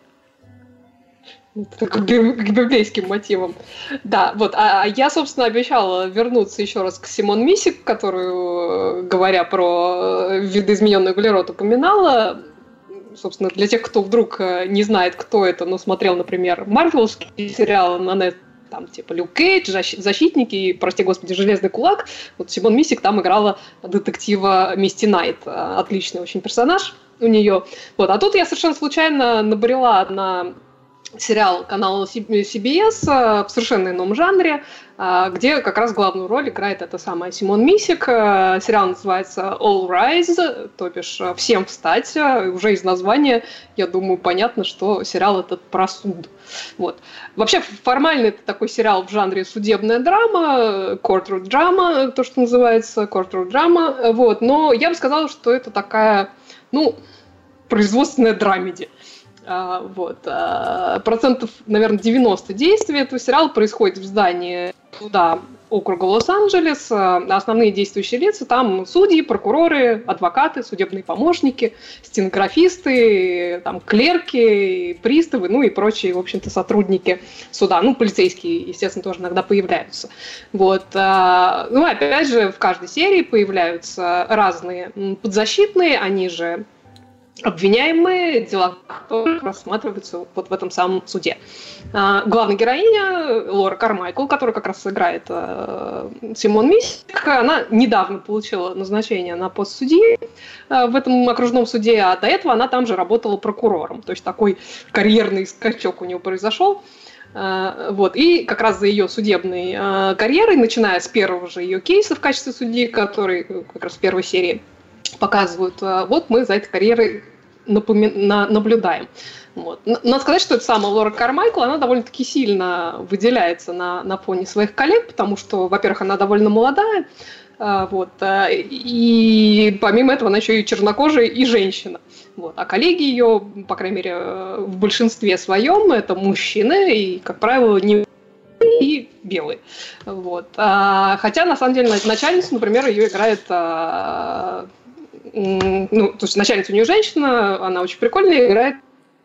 Это К би- к библейским мотивам. Да, вот. А а я, собственно, обещала вернуться еще раз к Симон Мисик, которую, э, говоря про э, видоизмененный углерод, упоминала. Собственно, для тех, кто вдруг э, не знает, кто это, но смотрел, например, марвеловские сериалы на нет, там типа Люк Кейдж, Защ- Защитники и, прости господи, Железный кулак. Вот Симон Мисик там играла детектива Мисти Найт. Э, Отличный очень персонаж у нее. Вот. А тут я совершенно случайно набрела на сериал канала си би эс э, в совершенно ином жанре, э, где как раз главную роль играет эта самая Симон Мисик. Э, Сериал называется All Rise, то бишь э, «Всем встать». Э, Уже из названия, я думаю, понятно, что сериал этот про суд. Вот. Вообще, формально это такой сериал в жанре судебная драма, courtroom драма, то, что называется, courtroom драма. э, Вот. Но я бы сказала, что это такая, ну, производственная драмеди. А, вот. а, Процентов, наверное, девяносто действий этого сериала происходит в здании суда округа Лос-Анджелес. А Основные действующие лица там судьи, прокуроры, адвокаты, судебные помощники, стенографисты, там, клерки, приставы, ну и прочие, в общем-то, сотрудники суда. Ну, полицейские, естественно, тоже иногда появляются. Вот. а, Ну, опять же, в каждой серии появляются разные м, подзащитные, они же обвиняемые, дела которых рассматриваются вот в этом самом суде. А, Главная героиня Лора Кармайкл, которая как раз играет а, Симон Мисик, она недавно получила назначение на пост судьи а, в этом окружном суде, а до этого она там же работала прокурором. То есть такой карьерный скачок у нее произошел. А, Вот. И как раз за ее судебной а, карьерой, начиная с первого же ее кейса в качестве судьи, который как раз в первой серии показывают, а, вот мы за этой карьерой напоми- на- наблюдаем. Вот. Н- Надо сказать, что эта самая Лора Кармайкл, она довольно-таки сильно выделяется на, на фоне своих коллег, потому что, во-первых, она довольно молодая, а, вот, а, и помимо этого она еще и чернокожая, и женщина. Вот. А коллеги ее, по крайней мере, в большинстве своем, это мужчины, и, как правило, не и белые. Вот. А, хотя, на самом деле, на- начальница, например, ее играет... а, м, ну, то есть начальница у нее женщина, она очень прикольная, играет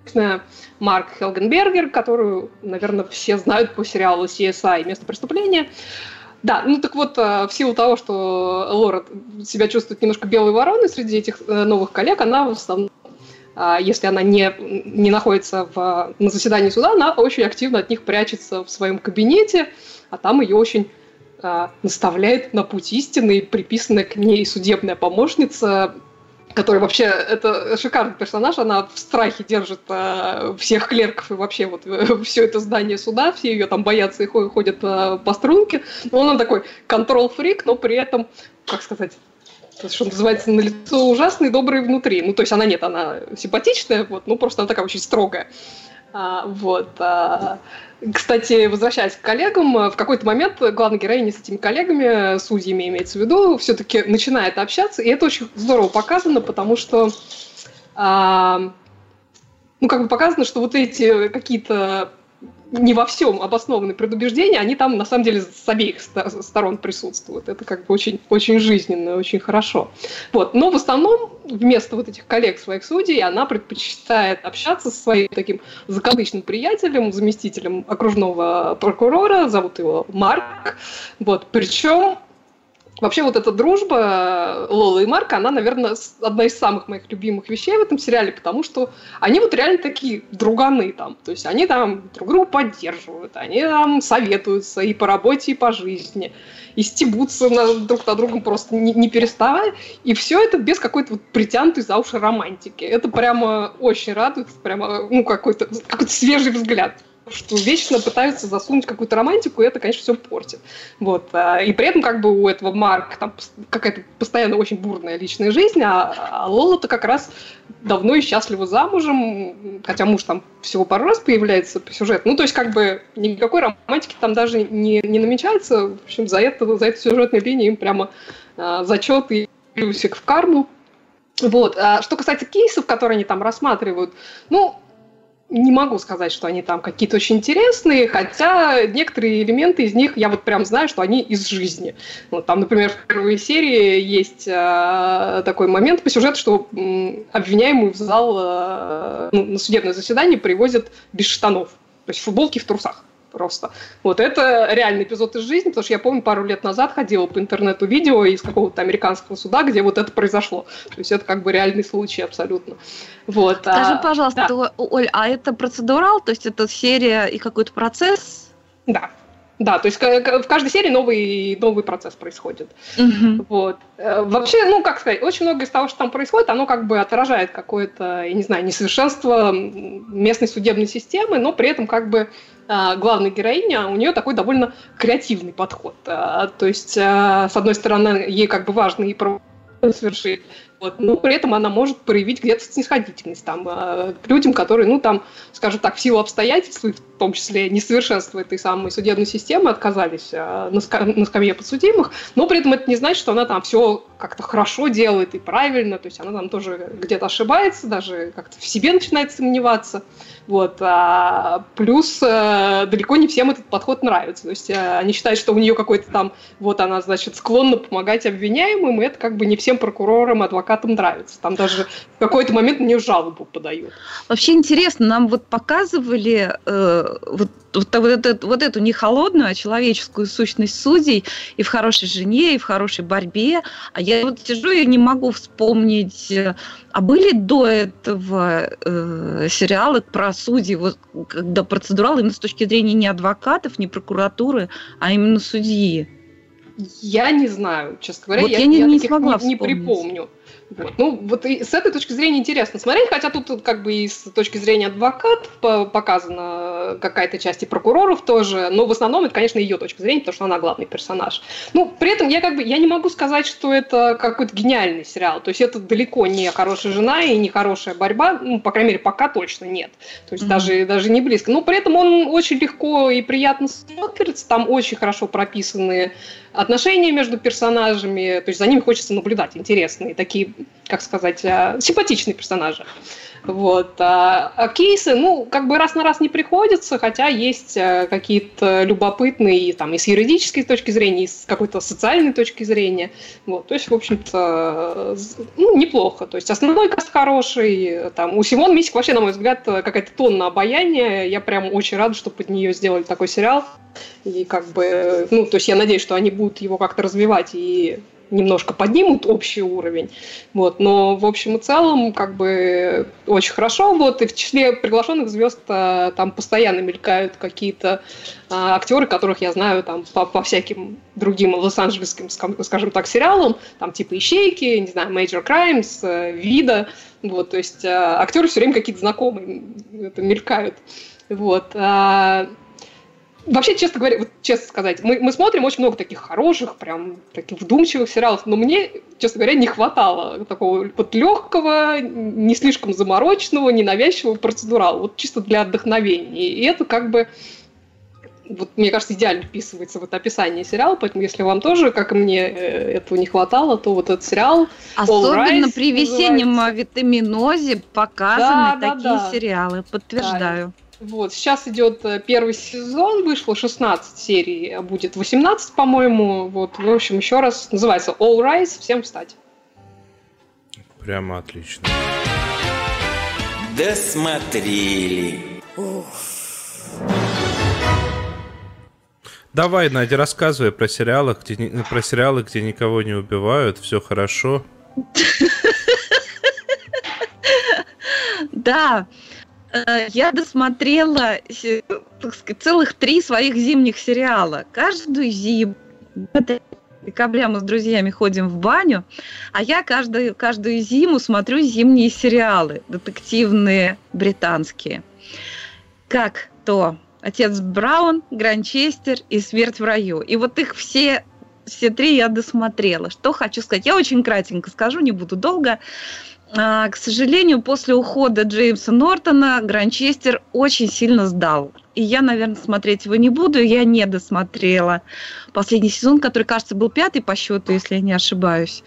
Марк Хелгенбергер, которую, наверное, все знают по сериалу си эс ай «Место преступления». Да, ну так вот, а, в силу того, что Лора себя чувствует немножко белой вороной среди этих э, новых коллег, она в основном, а, если она не, не находится в, на заседании суда, она очень активно от них прячется в своем кабинете, а там ее очень а, наставляет на путь истины, приписанная к ней судебная помощница, которая вообще, это шикарный персонаж, она в страхе держит а, всех клерков и вообще вот все это здание суда, все ее там боятся и ходят, ходят а, по струнке. Но он такой контрол-фрик, но при этом, как сказать, что называется, на лицо ужасный, добрый внутри. Ну, то есть она нет, она симпатичная, вот, ну, просто она такая очень строгая. А, вот. А, кстати, возвращаясь к коллегам, в какой-то момент главная героиня с этими коллегами, судьями имеется в виду, все-таки начинает общаться, и это очень здорово показано, потому что а, ну, как бы показано, что вот эти какие-то не во всем обоснованы предубеждения, они там на самом деле с обеих сторон присутствуют. Это как бы очень, очень жизненно, очень хорошо. Вот. Но в основном вместо вот этих коллег своих судей она предпочитает общаться со своим таким закадычным приятелем, заместителем окружного прокурора, зовут его Марк. Вот. Причем вообще вот эта дружба Лолы и Марка, она, наверное, одна из самых моих любимых вещей в этом сериале, потому что они вот реально такие друганы там. То есть они там друг друга поддерживают, они там советуются и по работе, и по жизни, и стебутся на, друг над другом просто не, не переставая. И все это без какой-то вот притянутой за уши романтики. Это прямо очень радует, прямо ну, какой-то, какой-то свежий взгляд. Что вечно пытаются засунуть какую-то романтику, и это, конечно, все портит. Вот. И при этом как бы у этого Марка там какая-то постоянно очень бурная личная жизнь, а, а Лола-то как раз давно и счастливо замужем, хотя муж там всего пару раз появляется по сюжету. Ну, то есть как бы никакой романтики там даже не, не намечается. В общем, за это, за эту сюжетную линию им прямо а, зачет и плюсик в карму. Вот. А что касается кейсов, которые они там рассматривают, ну, не могу сказать, что они там какие-то очень интересные, хотя некоторые элементы из них я вот прям знаю, что они из жизни. Вот там, например, в первой серии есть э, такой момент по сюжету, что э, обвиняемый в зал э, ну, на судебное заседание привозят без штанов, то есть в футболке и в трусах. Просто. Вот это реальный эпизод из жизни, потому что я помню, пару лет назад ходила по интернету видео из какого-то американского суда, где вот это произошло. То есть это как бы реальный случай абсолютно. Вот. Скажи, а, пожалуйста, да. Оль, а это процедурал? То есть это серия и какой-то процесс? Да. Да, то есть в каждой серии новый, новый процесс происходит. Угу. Вот. Вообще, ну, как сказать, очень многое из того, что там происходит, оно как бы отражает какое-то, я не знаю, несовершенство местной судебной системы, но при этом как бы главная героиня, у нее такой довольно креативный подход. То есть, с одной стороны, ей как бы важно и правосудие совершить, вот, но при этом она может проявить где-то снисходительность там, к людям, которые, ну, там, скажем так, в силу обстоятельств, в том числе несовершенства этой самой судебной системы, оказались на, ска- на скамье подсудимых, но при этом это не значит, что она там все как-то хорошо делает и правильно, то есть она там тоже где-то ошибается, даже как-то в себе начинает сомневаться. Вот. А плюс э, далеко не всем этот подход нравится. То есть э, они считают, что у нее какой-то там, вот она, значит, склонна помогать обвиняемым, и это как бы не всем прокурорам, адвокатам нравится. Там даже в какой-то момент на нее жалобу подают. Вообще интересно, нам вот показывали э, вот, вот, вот, это, вот эту не холодную, а человеческую сущность судей и в хорошей жене, и в хорошей борьбе. А я вот сижу и не могу вспомнить, а были до этого э, сериалы про судей, вот, когда процедурал именно с точки зрения не адвокатов, не прокуратуры, а именно судьи? Я не знаю, честно говоря, вот я, я не, я не таких смогла не, не припомню. Вот. Ну, вот и с этой точки зрения интересно смотреть, хотя тут как бы и с точки зрения адвокатов показана какая-то часть и прокуроров тоже, но в основном это, конечно, ее точка зрения, потому что она главный персонаж. Ну, при этом я как бы я не могу сказать, что это какой-то гениальный сериал, то есть это далеко не «Хорошая жена» и не «Хорошая борьба», ну, по крайней мере, пока точно нет, то есть mm-hmm. даже, даже не близко, но при этом он очень легко и приятно смотрится, там очень хорошо прописаны отношения между персонажами, то есть за ними хочется наблюдать, интересные, такие, как сказать, симпатичные персонажи. Вот. А, а кейсы, ну, как бы раз на раз не приходится, хотя есть какие-то любопытные там, и с юридической точки зрения, и с какой-то социальной точки зрения. Вот. То есть, в общем-то, ну, неплохо. То есть основной каст хороший. Там, у Симон Мисик вообще, на мой взгляд, какая-то тонна обаяния. Я прям очень рада, что под нее сделали такой сериал. И как бы, ну, то есть я надеюсь, что они будут его как-то развивать и немножко поднимут общий уровень, вот, но в общем и целом как бы очень хорошо, вот, и в числе приглашенных звезд а, там постоянно мелькают какие-то а, актеры, которых я знаю там по, по всяким другим лос-анджелесским, скажем так, сериалам, там типа «Ищейки», не знаю, «Major Crimes», «Вида», вот, то есть а, актеры все время какие-то знакомые это, мелькают, вот, а, вообще, честно говоря, вот, честно сказать, мы, мы смотрим очень много таких хороших, прям таких вдумчивых сериалов, но мне, честно говоря, не хватало такого вот легкого, не слишком замороченного, ненавязчивого процедурала, вот чисто для вдохновения. И это как бы, вот, мне кажется, идеально вписывается в это описание сериала, поэтому если вам тоже, как и мне, этого не хватало, то вот этот сериал особенно при весеннем витаминозе показаны да, такие да, да. сериалы, подтверждаю. Да. Вот, сейчас идет первый сезон, вышло шестнадцать серий, а будет восемнадцать, по-моему. Вот, в общем, еще раз, называется All Rise, всем встать. Прямо отлично. Досмотрели. Давай, Надя, рассказывай про сериалы, где, про сериалы, где никого не убивают, все хорошо. Да. Я досмотрела, так сказать, целых три своих зимних сериала. Каждую зиму, декабря мы с друзьями ходим в баню, а я каждую, каждую зиму смотрю зимние сериалы, детективные, британские. Как то «Отец Браун», «Гранчестер» и «Смерть в раю». И вот их все, все три я досмотрела. Что хочу сказать? Я очень кратенько скажу, не буду долго. К сожалению, после ухода Джеймса Нортона Гранчестер очень сильно сдал. И я, наверное, смотреть его не буду. Я не досмотрела последний сезон, который, кажется, был пятый по счету, если я не ошибаюсь.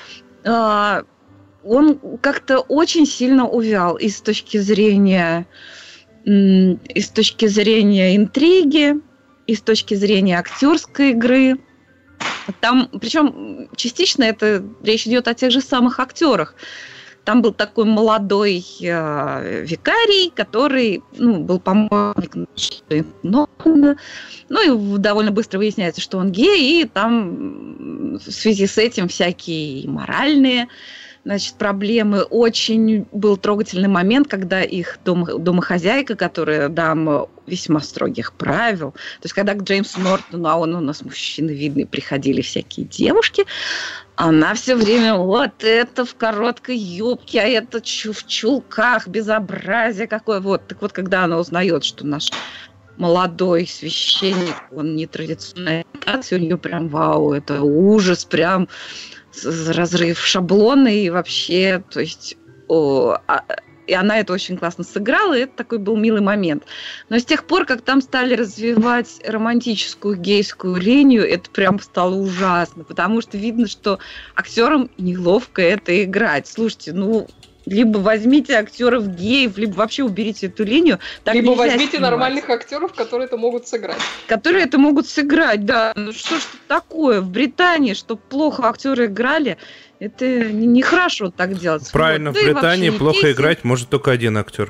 Он как-то очень сильно увял и с точки зрения, и с точки зрения интриги, и с точки зрения актерской игры. Там, причем частично это речь идет о тех же самых актерах. Там был такой молодой э, викарий, который ну, был помощником Нортона. Ну и довольно быстро выясняется, что он гей, и там в связи с этим всякие моральные, значит, проблемы. Очень был трогательный момент, когда их дом, домохозяйка, которая дама весьма строгих правил, то есть когда к Джеймсу Нортону, а он у нас мужчина видный, приходили всякие девушки, она все время вот это в короткой юбке, а это в чулках, безобразие какое. Вот. Так вот, когда она узнает, что наш молодой священник, он нетрадиционной ориентации, у нее прям вау, это ужас, прям разрыв шаблона и вообще, то есть... О, а, и она это очень классно сыграла, и это такой был милый момент. Но с тех пор, как там стали развивать романтическую гейскую линию, это прям стало ужасно, потому что видно, что актерам неловко это играть. Слушайте, ну, либо возьмите актеров геев, либо вообще уберите эту линию. Так либо возьмите снимать. Нормальных актеров, которые это могут сыграть. Которые это могут сыграть, да. Ну что ж такое? В Британии, чтобы плохо актеры играли, это нехорошо так делать. Правильно, вот. В Британии плохо дети. Играть может только один актер.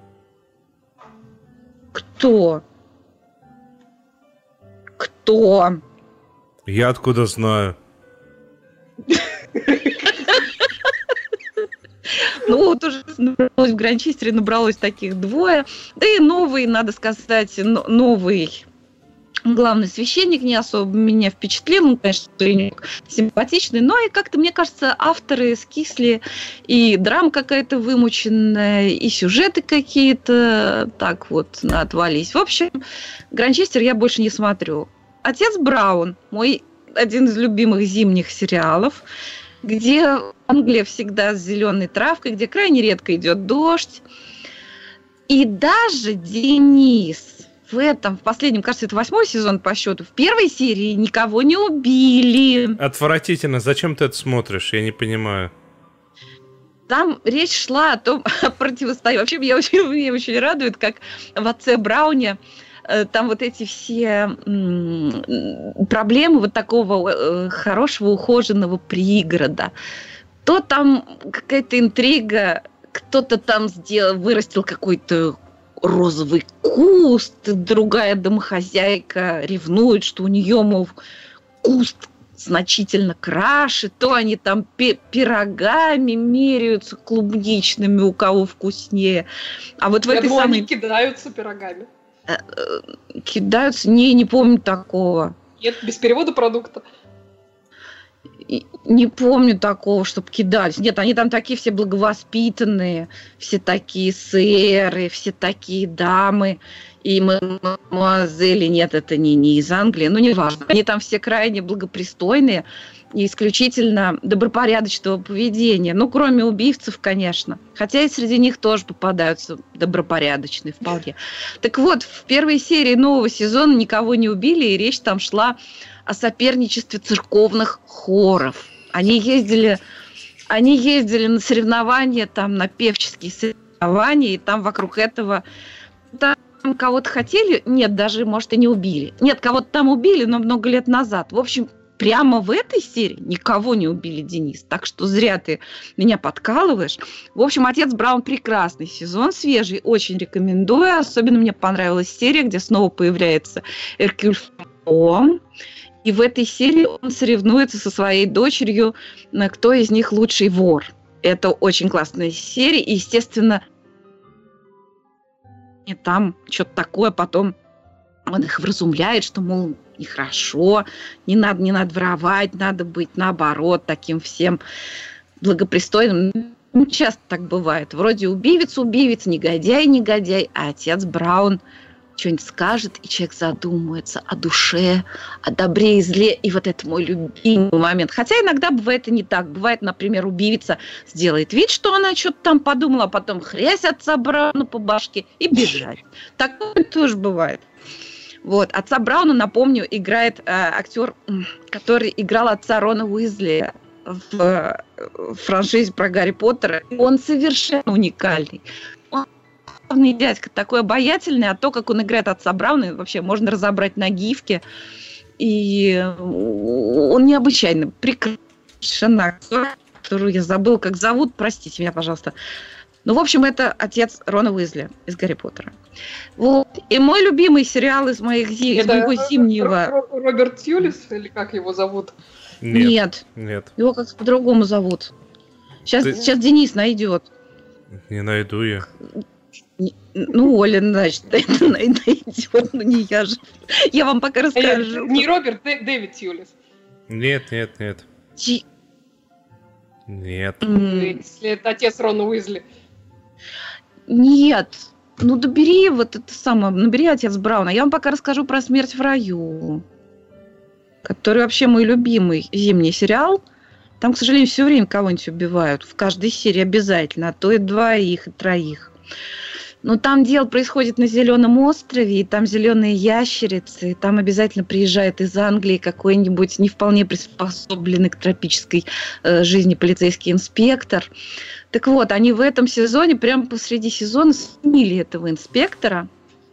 Кто? Кто? Я откуда знаю? Ну, вот уже набралось в Гранчестере, набралось таких двое. Да и новый, надо сказать, новый главный священник не особо меня впечатлил. Он, конечно, симпатичный, но и как-то, мне кажется, авторы скисли, и драма какая-то вымученная, и сюжеты какие-то так вот отвались. В общем, Гранчестер я больше не смотрю. «Отец Браун», мой один из любимых зимних сериалов, где Англия всегда с зеленой травкой, где крайне редко идет дождь. И даже Денис в этом, в последнем, кажется, это восьмой сезон по счету, в первой серии никого не убили. Отвратительно. Зачем ты это смотришь? Я не понимаю. Там речь шла о том, о противостоянии. Вообще, меня очень, меня очень радует, как в «Отце Брауне» там вот эти все проблемы вот такого хорошего ухоженного пригорода. То там какая-то интрига, кто-то там сделал, вырастил какой-то розовый куст, другая домохозяйка ревнует, что у нее, мол, куст значительно краше, то они там пирогами меряются клубничными, у кого вкуснее. А вот в Я этой думала, самой... они кидаются пирогами. Кидаются? Не, не помню такого. Нет, без перевода продукта. Не помню такого, чтобы кидались. Нет, они там такие все благовоспитанные, все такие сэры, все такие дамы. И мадемуазели, нет, это не, не из Англии, но не важно. Они там все крайне благопристойные и исключительно добропорядочного поведения. Ну, кроме убийцев, конечно. Хотя и среди них тоже попадаются добропорядочные вполне. Так вот, в первой серии нового сезона никого не убили, и речь там шла о соперничестве церковных хоров. Они ездили, они ездили на соревнования, там, на певческие соревнования, и там вокруг этого... Там там кого-то хотели, нет, даже, может, и не убили. Нет, кого-то там убили, но много лет назад. В общем, прямо в этой серии никого не убили, Денис. Так что зря ты меня подкалываешь. В общем, «Отец Браун» прекрасный сезон, свежий, очень рекомендую. Особенно мне понравилась серия, где снова появляется Эркюль Пуаро. И в этой серии он соревнуется со своей дочерью, кто из них лучший вор. Это очень классная серия. И, естественно, и там что-то такое потом он их вразумляет, что, мол, нехорошо, не надо, не надо воровать, надо быть, наоборот, таким всем благопристойным. Ну, часто так бывает. Вроде убивец, убивец, негодяй, негодяй, а отец Браун что-нибудь скажет, и человек задумается о душе, о добре и зле. И вот это мой любимый момент. Хотя иногда бывает и не так. Бывает, например, убивица сделает вид, что она что-то там подумала, а потом хрясь отца Брауна по башке и бежать. Такое тоже бывает. Вот. Отца Брауна, напомню, играет э, актер, который играл отца Рона Уизли в э, франшизе про Гарри Поттера. Он совершенно уникальный. Он главный дядька, такой обаятельный, а то, как он играет отца Брауна, вообще можно разобрать на гифке. И он необычайно прекрасный актер, которую я забыла, как зовут. Простите меня, пожалуйста. Ну, в общем, это отец Рона Уизли из «Гарри Поттера». Вот. И мой любимый сериал из моих зи... из моего зимнего... Роберт Тьюлис, или как его зовут? Нет. Нет. Нет. Его как-то по-другому зовут. Сейчас, Ты... сейчас Денис найдет. Не найду я. Не... Ну, Оля, значит, это найдет, но не я же. Я вам пока расскажу. Не Роберт, Дэвид Тьюлис. Нет, нет, нет. Ти... Нет. Если это отец Рона Уизли. Нет. Ну, добери вот это самое, набери «Отец Брауна». Я вам пока расскажу про «Смерть в раю», который вообще мой любимый зимний сериал. Там, к сожалению, все время кого-нибудь убивают. В каждой серии обязательно, а то и двоих, и троих. Но там дело происходит на Зеленом острове, и там зеленые ящерицы, и там обязательно приезжает из Англии какой-нибудь не вполне приспособленный к тропической э, жизни полицейский инспектор. Так вот, они в этом сезоне, прямо посреди сезона, сменили этого инспектора.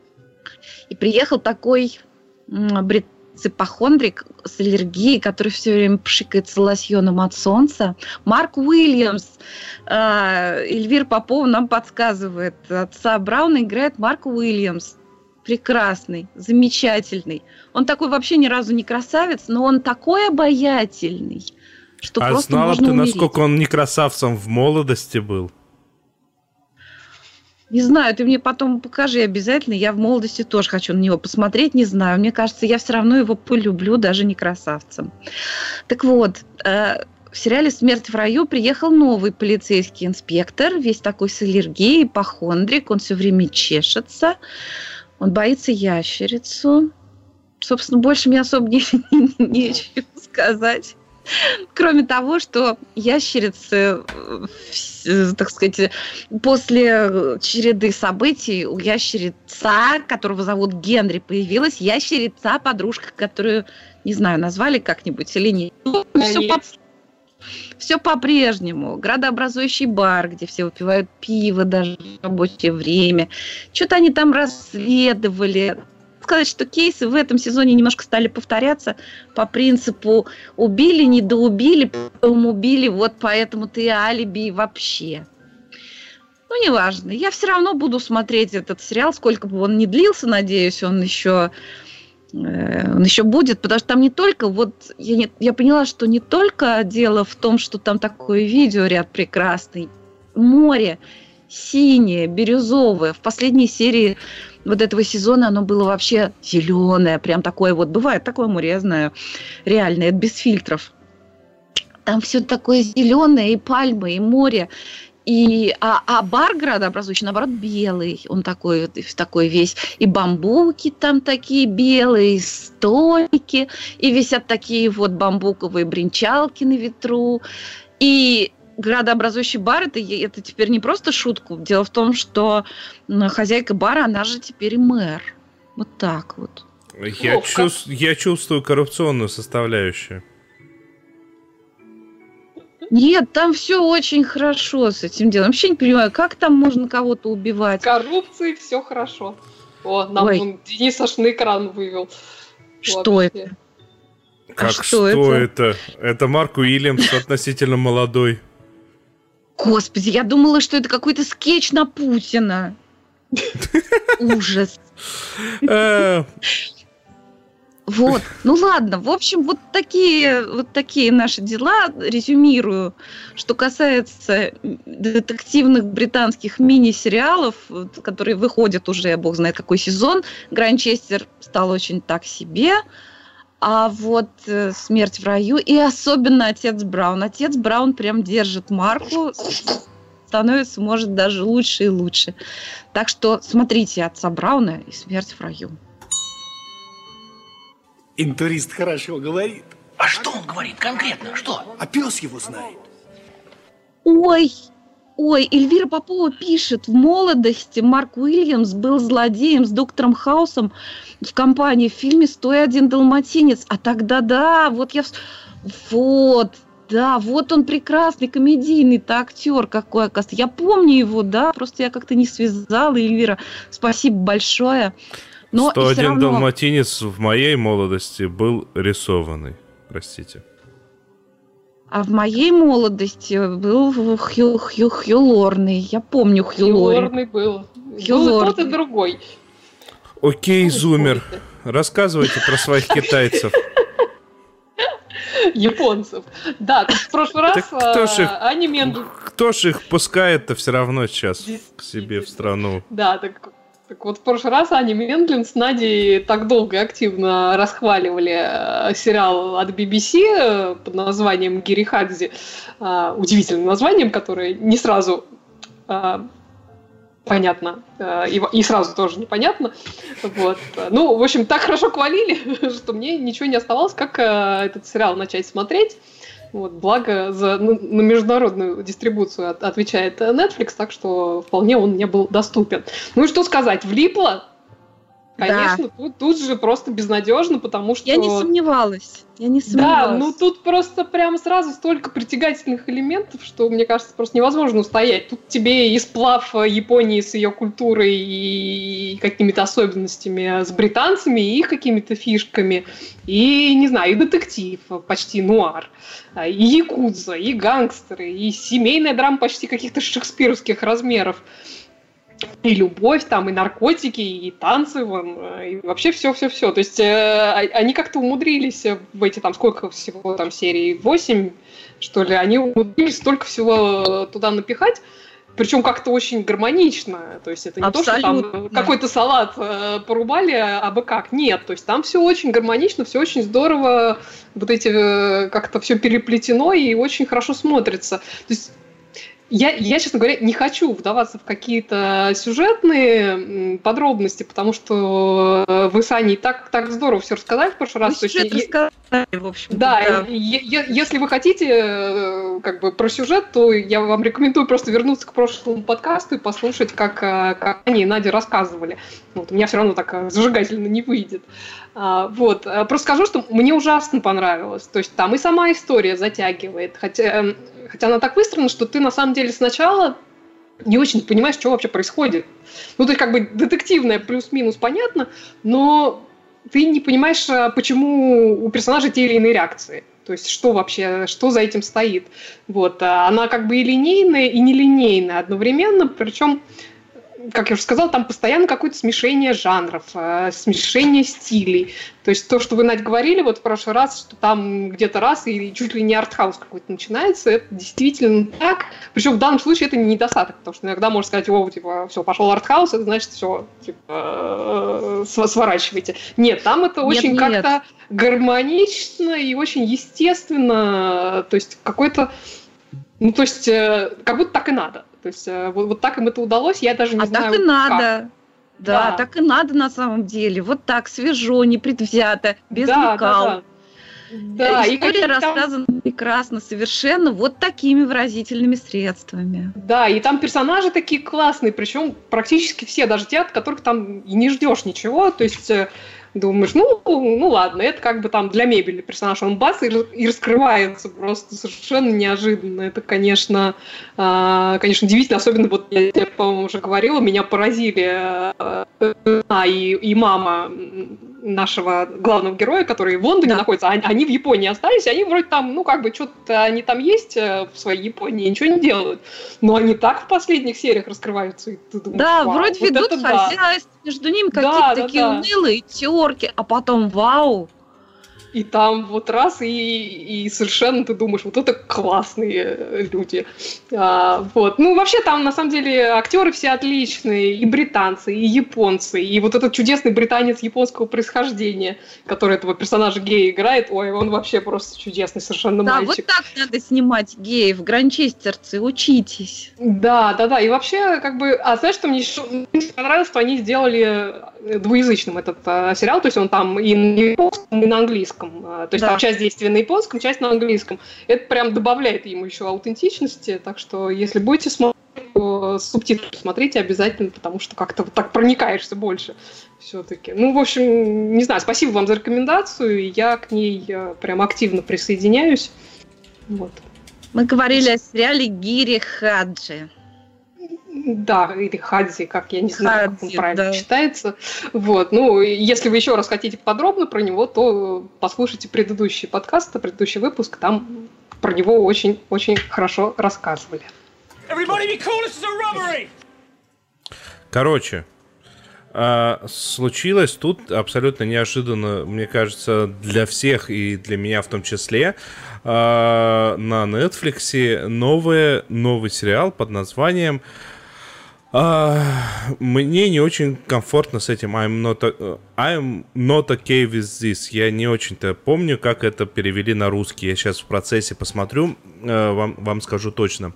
И приехал такой м, брит-ипохондрик с аллергией, который все время пшикается лосьоном от солнца. Марк Уильямс. Э, Эльвира Попова нам подсказывает. Отца Брауна играет Марк Уильямс. Прекрасный, замечательный. Он такой вообще ни разу не красавец, но он такой обаятельный, что а просто знала можно ты, умереть. насколько он не красавцем в молодости был? Не знаю, ты мне потом покажи обязательно. Я в молодости тоже хочу на него посмотреть, не знаю. Мне кажется, я все равно его полюблю, даже не красавцем. Так вот, э, в сериале «Смерть в раю» приехал новый полицейский инспектор, весь такой с аллергией, ипохондрик, он все время чешется, он боится ящерицу. Собственно, больше мне особо не, не, нечего сказать. Кроме того, что ящерицы, так сказать, после череды событий у ящерица, которого зовут Генри, появилась ящерица, подружка, которую, не знаю, назвали как-нибудь или нет. Все, по... все по-прежнему. Градообразующий бар, где все выпивают пиво даже в рабочее время. Что-то они там расследовали. Сказать, что кейсы в этом сезоне немножко стали повторяться по принципу убили, недоубили, потом убили, вот поэтому-то и алиби вообще. Ну, неважно. Я все равно буду смотреть этот сериал, сколько бы он ни длился, надеюсь, он еще, э, он еще будет, потому что там не только, вот я, не, я поняла, что не только дело в том, что там такой видеоряд прекрасный, море синее, бирюзовое. В последней серии вот этого сезона оно было вообще зеленое, прям такое вот. Бывает такое море, я знаю, реально, это без фильтров. Там все такое зеленое, и пальмы, и море. И, а, а бар градообразующий, наоборот, белый. Он такой, такой весь. И бамбуки там такие белые, и столики. И висят такие вот бамбуковые бренчалки на ветру. И градообразующий бар это, это теперь не просто шутка. Дело в том, что хозяйка бара, она же теперь и мэр. Вот так вот. Я, О, чувств, я чувствую коррупционную составляющую. Нет, там все очень хорошо с этим делом. Вообще не понимаю, как там можно кого-то убивать. Коррупции все хорошо. О, нам Ой. он Денис аж на экран вывел. Что Вообще. это? Как А что, что это? это? это? Марк Уильямс, относительно молодой. Господи, я думала, что это какой-то скетч на Путина. Ужас. Э, Вот, ну ладно, в общем, вот такие, вот такие наши дела. Резюмирую, что касается детективных британских мини-сериалов, вот, которые выходят уже, бог знает какой сезон, Гранчестер стал очень так себе, а вот э, Смерть в раю и особенно Отец Браун. Отец Браун прям держит марку, становится, может, даже лучше и лучше. Так что смотрите Отца Брауна и Смерть в раю. Интурист хорошо говорит. А что он говорит конкретно? Что? А пес его знает. Ой, ой, Эльвира Попова пишет, в молодости Марк Уильямс был злодеем с доктором Хаусом в компании в фильме «сто один далматинец». А тогда да, вот я... вс- Вот, да, вот он прекрасный комедийный-то актер какой, оказывается. Я помню его, да, просто я как-то не связала, Эльвира. Спасибо большое. Но сто и всё один равно- далматинец в моей молодости был рисованный. Простите. А в моей молодости был Хью, Хью, Хью Лорный. Я помню Хью Лори. Хью был. Хью Был и тот, Лорный. и другой. Окей, Ну, зумер. помните. Рассказывайте про своих китайцев. Японцев. Да, тут в прошлый раз Так кто ж их- а, Ани Мендель... Кто ж их пускает-то все равно сейчас к себе в страну? Да, так, так вот в прошлый раз Ани Мендлин с Надей так долго и активно расхваливали э, сериал от би би си э, под названием «Гири Хадзи», э, удивительным названием, которое не сразу э, понятно, э, и, и сразу тоже непонятно. Вот. Ну, в общем, так хорошо хвалили, что мне ничего не оставалось, как э, этот сериал начать смотреть. Вот, благо за, ну, на международную дистрибуцию от, отвечает Netflix, так что вполне он мне был доступен. Ну и что сказать, влипло? Конечно, Да. тут, тут же просто безнадежно, потому что... Я не сомневалась. Я не Да, сомневалась. ну тут просто прямо сразу столько притягательных элементов, что, мне кажется, просто невозможно устоять. Тут тебе и сплав Японии с ее культурой и какими-то особенностями с британцами, и их какими-то фишками, и, не знаю, и детектив, почти нуар, и якудза, и гангстеры, и семейная драма почти каких-то шекспировских размеров. И любовь, там, и наркотики, и танцы, вон, и вообще все-все-все. То есть э, они как-то умудрились в эти, там, сколько всего, там, серии восемь, что ли, они умудрились столько всего туда напихать, причем как-то очень гармонично. То есть это не Абсолютно. то, что там какой-то салат э, порубали, а бы как. Нет, то есть там все очень гармонично, все очень здорово, вот эти, э, как-то все переплетено и очень хорошо смотрится. То есть Я, я, честно говоря, не хочу вдаваться в какие-то сюжетные подробности, потому что вы с Аней так, так здорово все рассказали в прошлый раз. Вы То есть, сюжет рассказали, в общем. да, да. Е- е- если вы хотите как бы про сюжет, то я вам рекомендую просто вернуться к прошлому подкасту и послушать, как, как Аня и Надя рассказывали. Вот, у меня все равно так зажигательно не выйдет. А, вот. Просто скажу, что мне ужасно понравилось. То есть там и сама история затягивает, хотя, хотя она так выстроена, что ты на самом деле сначала не очень понимаешь, что вообще происходит. Ну, то есть как бы детективное плюс-минус понятно, но ты не понимаешь, почему у персонажей те или иные реакции. То есть что вообще, что за этим стоит. Вот. Она как бы и линейная, и нелинейная одновременно, причем, как я уже сказала, там постоянно какое-то смешение жанров, смешение стилей. То есть то, что вы, Надь, говорили вот в прошлый раз, что там где-то раз и чуть ли не артхаус какой-то начинается, это действительно так. Причем в данном случае это не недостаток, потому что иногда можно сказать, о, типа, все, пошел артхаус, это значит, все, типа, сворачивайте. Нет, там это Нет, очень нет. как-то гармонично и очень естественно, то есть какой-то, ну, то есть как будто так и надо. То есть вот, вот так им это удалось, я даже не а знаю, так и как. надо. Да, Да. так и надо на самом деле. Вот так, свежо, непредвзято, без Да, лекал. да, да. Да, и История какие-то там- рассказана прекрасно, совершенно вот такими выразительными средствами. Да, и там персонажи такие классные, причем практически все, даже те, от которых там и не ждешь ничего, то есть э, думаешь, ну, ну ладно, это как бы там для мебели персонаж, он бац, и, и раскрывается просто совершенно неожиданно. Это, конечно, э, конечно, удивительно, особенно вот я тебе, по-моему, уже говорила, меня поразили э, жена и, и мама нашего главного героя, которые в Лондоне да. находятся, они в Японии остались, они вроде там, ну, как бы, что-то они там есть в своей Японии, ничего не делают. Но они так в последних сериях раскрываются, и ты думаешь, да, вау, вроде вот ведут хозяйство, да. между ними да, какие-то да, такие да. унылые терки, а потом вау. И там вот раз, и, и совершенно ты думаешь, вот это классные люди. А, вот. Ну, вообще там, на самом деле, актеры все отличные, и британцы, и японцы, и вот этот чудесный британец японского происхождения, который этого персонажа гея играет, ой, он вообще просто чудесный совершенно да, мальчик. Да, вот так надо снимать геев, гранчестерцы, учитесь. Да, да, да, и вообще, как бы, а знаешь, что мне еще понравилось, что они сделали двуязычным этот а, сериал, то есть он там и на японском, и на английском. То есть да. там часть действия на японском, часть на английском. Это прям добавляет ему еще аутентичности, так что если будете смотреть, то с субтитрами смотрите обязательно, потому что как-то вот так проникаешься больше все-таки. Ну, в общем, не знаю, спасибо вам за рекомендацию, я к ней прям активно присоединяюсь. Вот. Мы говорили о сериале Гири Хаджи. Да, или Хадзи, как я не знаю, Хадзи, как он правильно да. читается. Вот. Ну, если вы еще раз хотите подробно про него, то послушайте предыдущий подкаст, предыдущий выпуск, там про него очень-очень хорошо рассказывали. Короче, случилось тут абсолютно неожиданно, мне кажется, для всех и для меня в том числе, на Netflix новый, новый сериал под названием Uh, мне не очень комфортно с этим I'm not, a, I'm not okay with this. Я не очень-то помню, как это перевели на русский. Я сейчас в процессе посмотрю, uh, вам, вам скажу точно.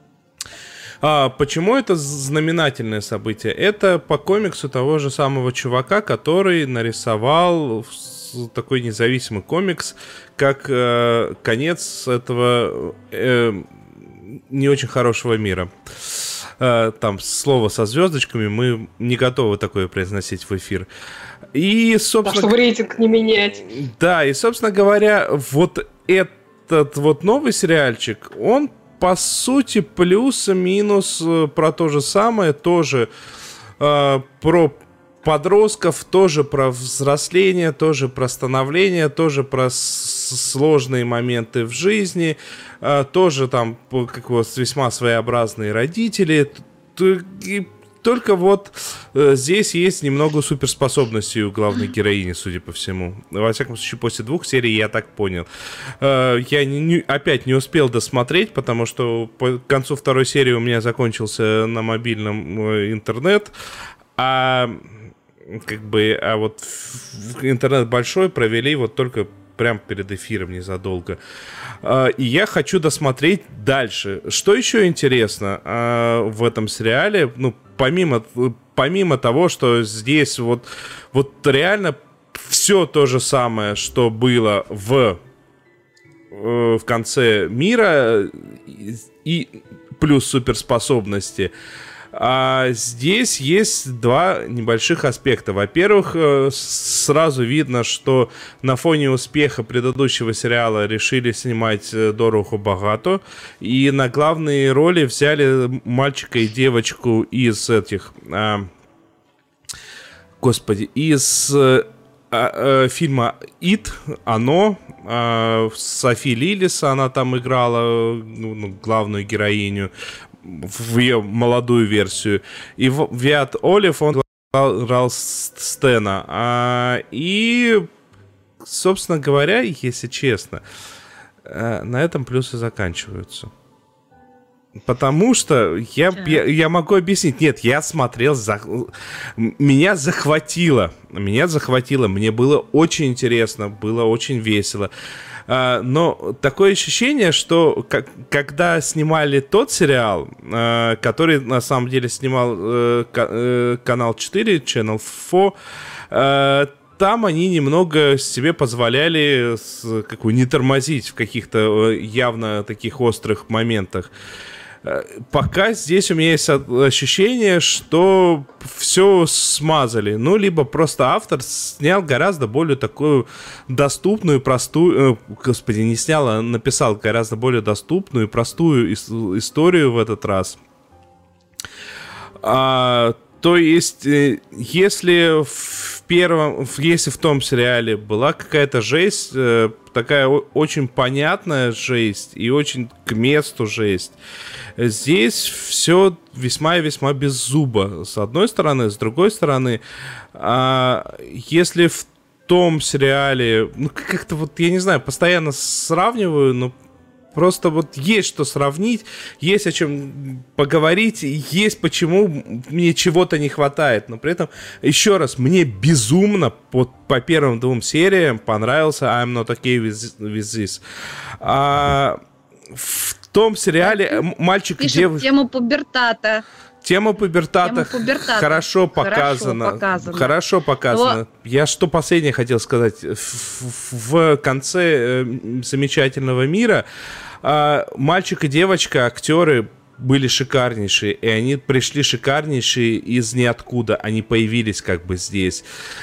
Uh, почему это знаменательное событие? Это по комиксу того же самого чувака, который нарисовал такой независимый комикс, как uh, конец этого uh, не очень хорошего мира. Там слово со звездочками, мы не готовы такое произносить в эфир. И, собственно... Так, чтобы рейтинг не менять. Да, и, собственно говоря, вот этот вот новый сериальчик, он, по сути, плюс-минус про то же самое, тоже э, про подростков, тоже про взросление, тоже про становление, тоже про сложные моменты в жизни, тоже там как вот весьма своеобразные родители. И только вот здесь есть немного суперспособностей у главной героини, судя по всему. Во всяком случае, после двух серий я так понял. Я не, не, опять не успел досмотреть, потому что по концу второй серии у меня закончился на мобильном интернет, а как бы, а вот интернет большой провели вот только прямо перед эфиром незадолго. И я хочу досмотреть дальше. Что еще интересно в этом сериале? Ну, помимо, помимо того, что здесь вот, вот реально все то же самое, что было в, в конце мира, и плюс суперспособности. А здесь есть два небольших аспекта. Во-первых, сразу видно, что на фоне успеха предыдущего сериала решили снимать дорого-богато, и на главные роли взяли мальчика и девочку из этих... А, господи, из а, а, фильма «Ит», «Оно», а, Софи Лилис, она там играла ну, главную героиню, в ее молодую версию. И Виат Олив, он играл Стена. А, и, собственно говоря, если честно, на этом плюсы заканчиваются. Потому что я, я, я могу объяснить. Нет, я смотрел, за... меня захватило. Меня захватило. Мне было очень интересно, было очень весело. Но такое ощущение, что как, когда снимали тот сериал, который на самом деле снимал канал четыре, Channel четыре, там они немного себе позволяли как бы, не тормозить в каких-то явно таких острых моментах. Пока здесь у меня есть ощущение, что все смазали. Ну, либо просто автор снял гораздо более такую доступную, простую... Господи, не снял, а написал гораздо более доступную и простую историю в этот раз. А, То есть, если в первом, если в том сериале была какая-то жесть, такая очень понятная жесть и очень к месту жесть, здесь все весьма и весьма без зуба, с одной стороны, с другой стороны, если в том сериале, ну как-то вот, я не знаю, постоянно сравниваю, но просто вот есть что сравнить, есть о чем поговорить, есть почему мне чего-то не хватает. Но при этом, еще раз, мне безумно по, по первым двум сериям понравился I'm Not Okay With, with This. А, в том сериале мальчик и девушка... тему пубертата. Тема пубертата, Тема пубертата. Хорошо показана. Хорошо показано. Хорошо показано. Но... Я что последнее хотел сказать. В, в конце э, замечательного мира э, мальчик и девочка, актеры, были шикарнейшие. И они пришли шикарнейшие из ниоткуда. Они появились как бы здесь.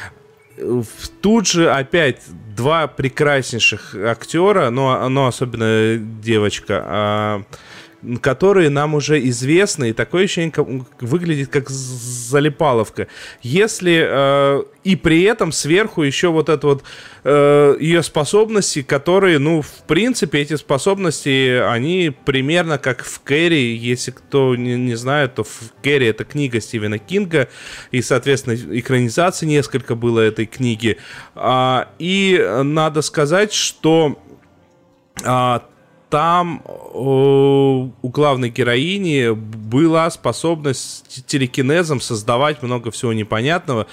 Тут же опять два прекраснейших актера, но, но особенно девочка, э, которые нам уже известны, и такое ощущение как, выглядит как залипаловка. Если э, и при этом сверху еще вот это вот э, ее способности, которые, ну, в принципе, эти способности, они примерно как в Кэрри. Если кто не, не знает, то в Кэрри это книга Стивена Кинга, и, соответственно, экранизаций несколько было этой книги. А, и надо сказать, что а, там о, у главной героини была способность телекинезом создавать много всего непонятного.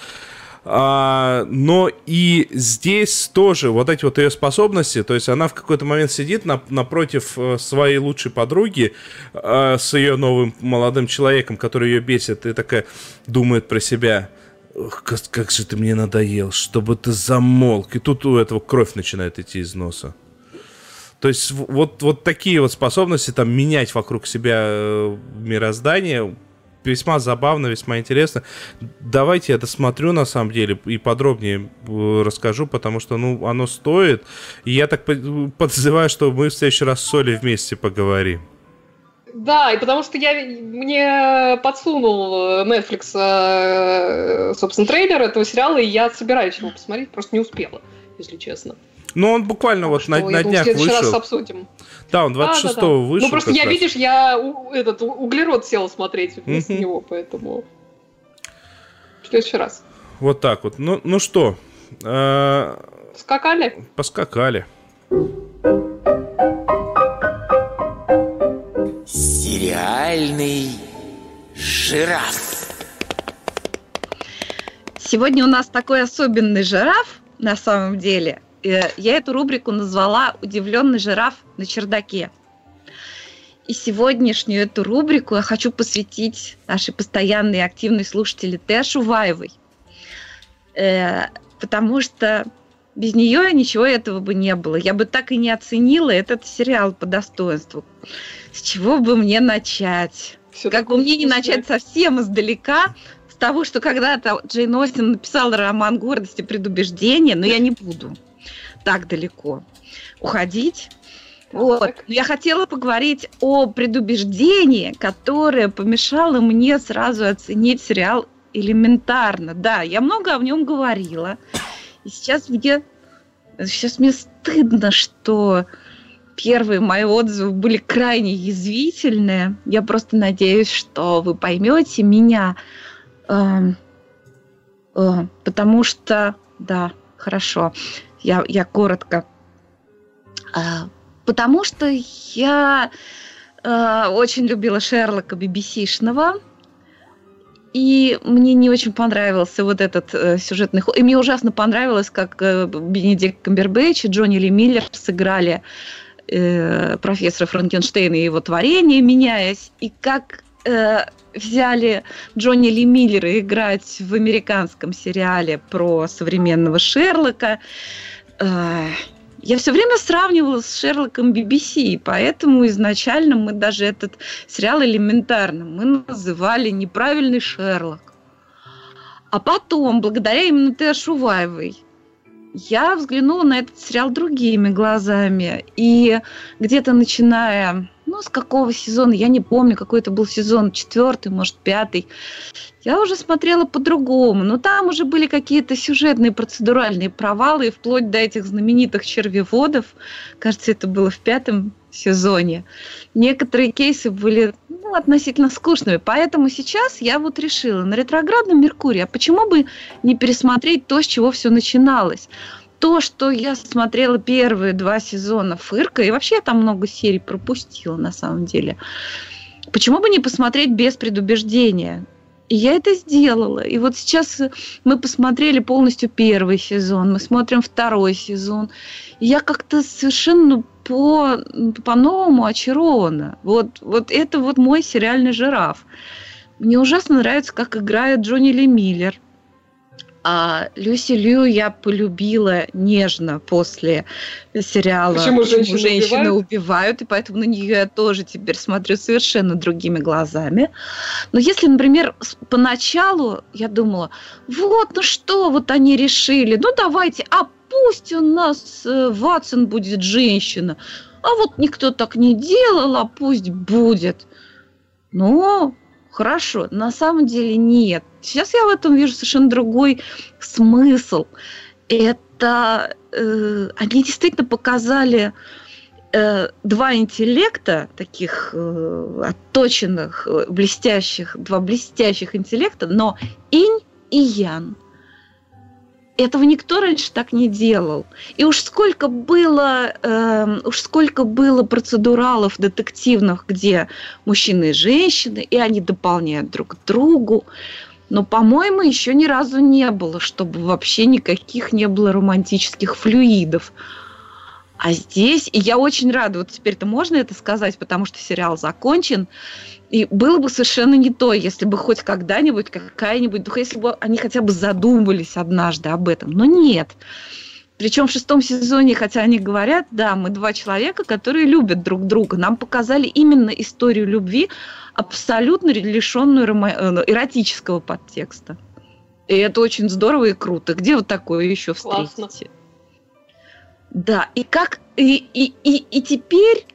А, но и здесь тоже вот эти вот ее способности, то есть она в какой-то момент сидит на, напротив своей лучшей подруги а, с ее новым молодым человеком, который ее бесит, и такая думает про себя: как, как же ты мне надоел, чтобы ты замолк. И тут у этого кровь начинает идти из носа. То есть вот, вот такие вот способности там менять вокруг себя мироздание весьма забавно, весьма интересно. Давайте я досмотрю на самом деле и подробнее расскажу, потому что, ну, оно стоит. И я так подозреваю, что мы в следующий раз с Олей вместе поговорим. Да, и потому что я, мне подсунул Netflix, собственно, трейлер этого сериала, и я собираюсь его посмотреть, просто не успела, если честно. Ну, он буквально так вот на, на днях вышел. В следующий раз обсудим. Да, он двадцать шестого да, да, да. вышел. Ну, просто я, раз. видишь, я у, этот углерод сел смотреть вместо mm-hmm. него, поэтому в следующий раз. Вот так вот. Ну, ну что? Э- Скакали? Поскакали. Сериальный жираф. Сегодня у нас такой особенный жираф, на самом деле. Я эту рубрику назвала «Удивленный жираф на чердаке». И сегодняшнюю эту рубрику я хочу посвятить нашей постоянной и активной слушателе Т. Шуваевой. Э, потому что без нее ничего этого бы не было. Я бы так и не оценила этот сериал по достоинству. С чего бы мне начать? Все как бы мне не начать совсем издалека, с того, что когда-то Джейн Остин написала роман «Гордость и предубеждение», но я не буду так далеко уходить. Так. Вот. Я хотела поговорить о предубеждении, которое помешало мне сразу оценить сериал элементарно. Да, я много о нем говорила. И сейчас мне, сейчас мне стыдно, что первые мои отзывы были крайне язвительные. Я просто надеюсь, что вы поймете меня. Э, э, потому что, да, хорошо. Я, я коротко. А, потому что я а, очень любила Шерлока би би си-шного, и мне не очень понравился вот этот а, сюжетный ход. И мне ужасно понравилось, как а, Бенедикт Камбербэтч и Джонни Ли Миллер сыграли а, профессора Франкенштейна и его творение, меняясь, и как а, взяли Джонни Ли Миллера играть в американском сериале про современного Шерлока. Я все время сравнивала с Шерлоком би би си, поэтому изначально мы даже этот сериал элементарно мы называли «Неправильный Шерлок». А потом, благодаря именно Т. Шуваевой, я взглянула на этот сериал другими глазами. И где-то начиная, ну, с какого сезона, я не помню, какой это был сезон, четвертый, может, пятый, я уже смотрела по-другому. Но там уже были какие-то сюжетные, процедуральные провалы, вплоть до этих знаменитых червеводов. Кажется, это было в пятом сезоне. Некоторые кейсы были, ну, относительно скучными. Поэтому сейчас я вот решила, на ретроградном Меркурии, а почему бы не пересмотреть то, с чего все начиналось? То, что я смотрела первые два сезона Фырка, и вообще я там много серий пропустила, на самом деле. Почему бы не посмотреть без предубеждения? И я это сделала. И вот сейчас мы посмотрели полностью первый сезон, мы смотрим второй сезон. И я как-то совершенно по, по-новому очарована. Вот, вот это вот мой сериальный жираф. Мне ужасно нравится, как играет Джонни Ли Миллер. А Люси Лью я полюбила нежно после сериала «Почему, «Почему женщины, женщины убивают? убивают», и поэтому на нее я тоже теперь смотрю совершенно другими глазами. Но если, например, поначалу я думала, вот, ну что, вот они решили, ну давайте, а пусть у нас э, Ватсон будет женщина, а вот никто так не делал, а пусть будет. Ну, хорошо, на самом деле нет. Сейчас я в этом вижу совершенно другой смысл. Это э, они действительно показали э, два интеллекта, таких э, отточенных, блестящих, два блестящих интеллекта, но инь и ян. Этого никто раньше так не делал. И уж сколько было, э, уж сколько было процедуралов детективных, где мужчины и женщины, и они дополняют друг другу. Но, по-моему, еще ни разу не было, чтобы вообще никаких не было романтических флюидов. А здесь, и я очень рада, вот теперь-то можно это сказать, потому что сериал закончен, и было бы совершенно не то, если бы хоть когда-нибудь какая-нибудь, если бы они хотя бы задумывались однажды об этом. Но нет. Причем в шестом сезоне, хотя они говорят, да, мы два человека, которые любят друг друга, нам показали именно историю любви, абсолютно лишенную эротического подтекста. И это очень здорово и круто. Где вот такое еще встретите? Классно. Да, и как и, и, и, и теперь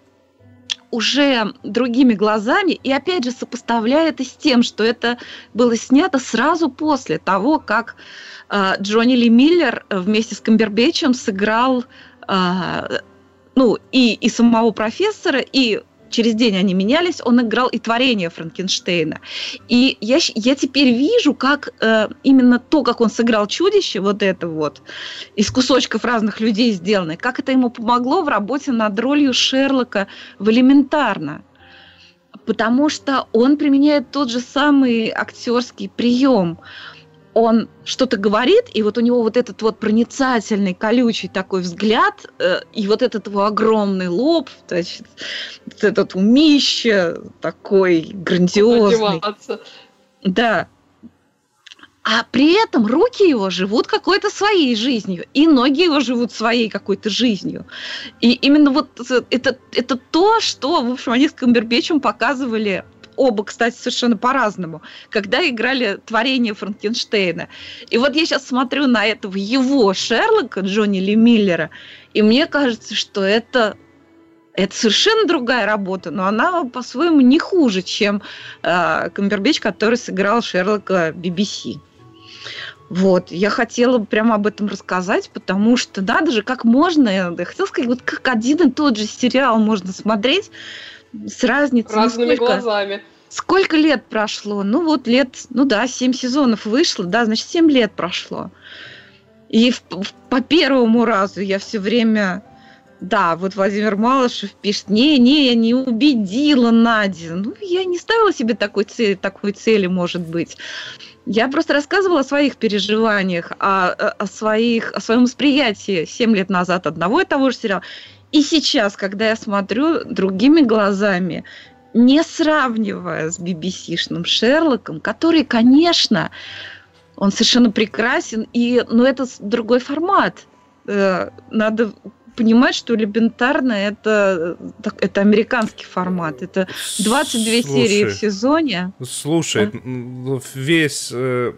уже другими глазами, и опять же сопоставляя это с тем, что это было снято сразу после того, как э, Джонни Ли Миллер вместе с Камбербэтчем сыграл э, ну, и, и самого профессора, и через день они менялись, он играл и творение Франкенштейна. И я, я теперь вижу, как э, именно то, как он сыграл чудище, вот это вот, из кусочков разных людей сделанное, как это ему помогло в работе над ролью Шерлока в «Элементарно». Потому что он применяет тот же самый актерский прием. Он что-то говорит, и вот у него вот этот вот проницательный, колючий такой взгляд, э, и вот этот его огромный лоб, значит, вот этот умище такой грандиозный. Да. А при этом руки его живут какой-то своей жизнью, и ноги его живут своей какой-то жизнью. И именно вот это, это то, что, в общем, они с Камбербэтчем показывали. Оба, кстати, совершенно по-разному, когда играли творение Франкенштейна. И вот я сейчас смотрю на этого его Шерлока, Джонни Ли Миллера, и мне кажется, что это, это совершенно другая работа, но она по-своему не хуже, чем э, Камбербэтч, который сыграл Шерлока би би си. Вот, я хотела прямо об этом рассказать, потому что надо же, как можно, я хотела сказать, вот как один и тот же сериал можно смотреть, с разницей. Разными сколько, глазами. Сколько лет прошло? Ну вот лет, ну да, семь сезонов вышло, да, значит, семь лет прошло. И в, в, по первому разу я все время, да, вот Владимир Малышев пишет, не-не, я не убедила Надю. Ну, я не ставила себе такой цели, такой цели, может быть. Я просто рассказывала о своих переживаниях, о, о, своих, о своем восприятии семь лет назад одного и того же сериала. И сейчас, когда я смотрю другими глазами, не сравнивая с би би си-шным Шерлоком, который, конечно, он совершенно прекрасен, и, но это другой формат. Надо понимать, что «Элементарно» это, это американский формат. Это двадцать две слушай, серии в сезоне. Слушай, а? весь... Э,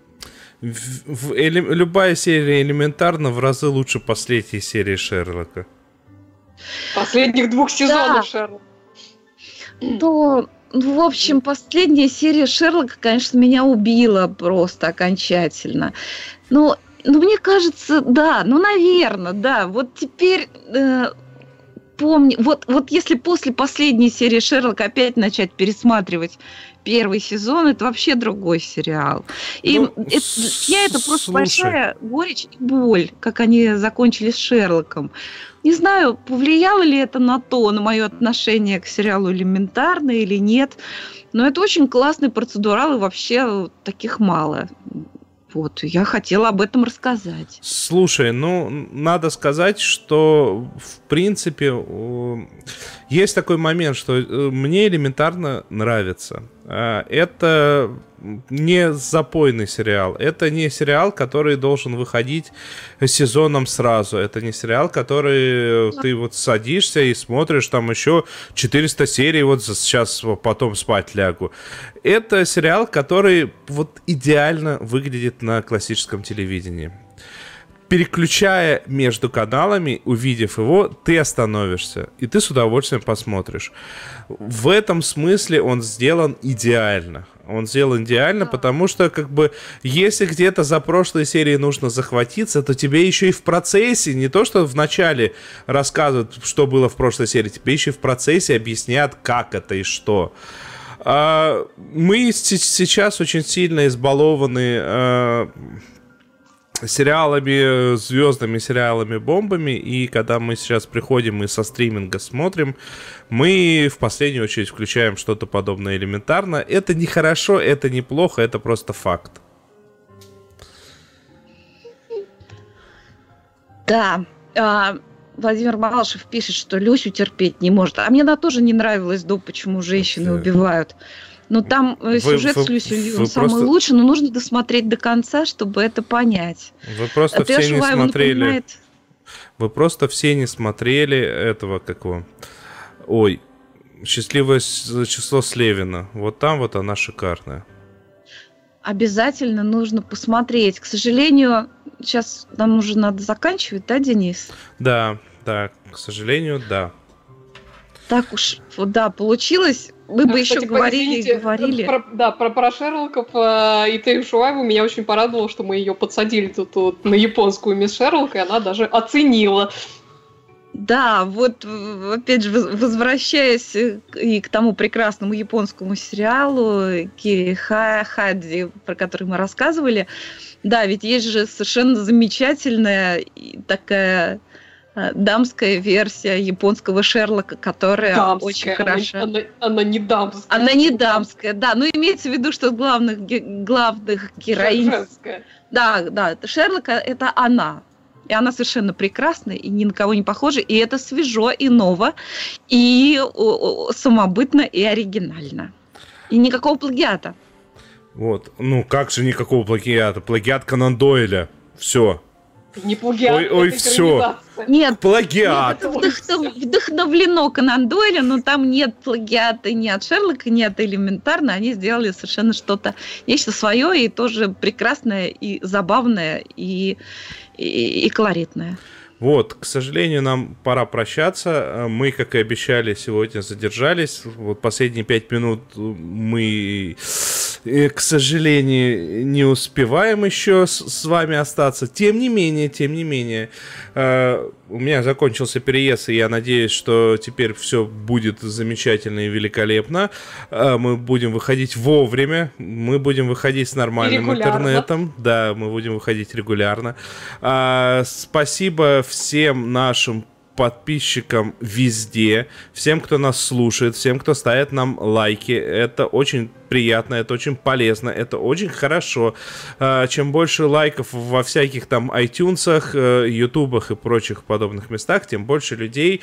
в, в, эле, любая серия «Элементарно» в разы лучше последней серии Шерлока. Последних двух сезонов да. Шерлока. То, в общем, последняя серия Шерлока, конечно, меня убила просто окончательно. Но, ну, мне кажется, да, ну, наверное, да. Вот теперь... Э, помню, вот, вот если после последней серии Шерлока опять начать пересматривать первый сезон, это вообще другой сериал. И ну, это, я это просто слушай. большая горечь и боль, как они закончили с Шерлоком. Не знаю, повлияло ли это на то, на мое отношение к сериалу «Элементарно» или нет, но это очень классный процедурал, и вообще таких мало. Вот, я хотела об этом рассказать. Слушай, ну, надо сказать, что, в принципе, есть такой момент, что мне «Элементарно» нравится. Это не запойный сериал. Это не сериал, который должен выходить сезоном сразу. Это не сериал, который ты вот садишься и смотришь там еще четыреста серий, вот сейчас потом спать лягу. Это сериал, который вот идеально выглядит на классическом телевидении. Переключая между каналами, увидев его, ты остановишься, и ты с удовольствием посмотришь. В этом смысле он сделан идеально. Он сделан идеально, да. Потому что, как бы, если где-то за прошлой серией нужно захватиться, то тебе еще и в процессе, не то что в начале рассказывают, что было в прошлой серии, тебе еще и в процессе объяснят, как это и что. Мы сейчас очень сильно избалованы сериалами, звездными сериалами, бомбами, и когда мы сейчас приходим и со стриминга смотрим, мы в последнюю очередь включаем что-то подобное «Элементарно». Это не хорошо, это не плохо, это просто факт. Да, Владимир Малышев пишет, что Люсю терпеть не может. А мне она тоже не нравилась до «Почему женщины убивают». Ну, там вы, сюжет вы, с Люси Лью самый просто... лучший, но нужно досмотреть до конца, чтобы это понять. Вы просто а все не смотрели. Не вы просто все не смотрели этого, как его... Ой, «Счастливое число Слевина». Вот там вот она шикарная. Обязательно нужно посмотреть. К сожалению, сейчас нам уже надо заканчивать, да, Денис? Да, да, к сожалению, да. Так уж, вот, да, получилось. Мы бы Кстати, еще говорили и говорили. Про, да, про, про Шерлоков э, и Тею Шуайву меня очень порадовало, что мы ее подсадили тут, тут на японскую мисс Шерлок, и она даже оценила. Да, вот опять же, возвращаясь и к тому прекрасному японскому сериалу Кири Хади, про который мы рассказывали, да, ведь есть же совершенно замечательная такая... дамская версия японского Шерлока, которая дамская, очень хороша. Она, она, она не дамская. Она не дамская, да. Но имеется в виду, что главных, главных героинь... Женская. Да, да. Шерлока — это она. И она совершенно прекрасная, и ни на кого не похожа. И это свежо, и ново, и самобытно, и оригинально. И никакого плагиата. Вот. Ну, как же никакого плагиата? Плагиат Конан Дойля. Все. Не плагиат, ой, ой, все. Нет, плагиат. Нет, это вдохновлено Конан Дойлем, но там нет плагиата ни от Шерлока, ни от «Элементарно». Они сделали совершенно что-то, нечто свое, и тоже прекрасное, и забавное, и, и, и колоритное. Вот, к сожалению, нам пора прощаться. Мы, как и обещали, сегодня задержались. Вот последние пять минут мы, к сожалению, не успеваем еще с, с вами остаться. Тем не менее, тем не менее, э, у меня закончился переезд, и я надеюсь, что теперь все будет замечательно и великолепно. Э, мы будем выходить вовремя, мы будем выходить с нормальным интернетом. Да, мы будем выходить регулярно. Э, спасибо всем нашим подписчикам везде, всем, кто нас слушает, всем, кто ставит нам лайки. Это очень приятно, это очень полезно, это очень хорошо. Чем больше лайков во всяких там iTunes, ютубах и прочих подобных местах, тем больше людей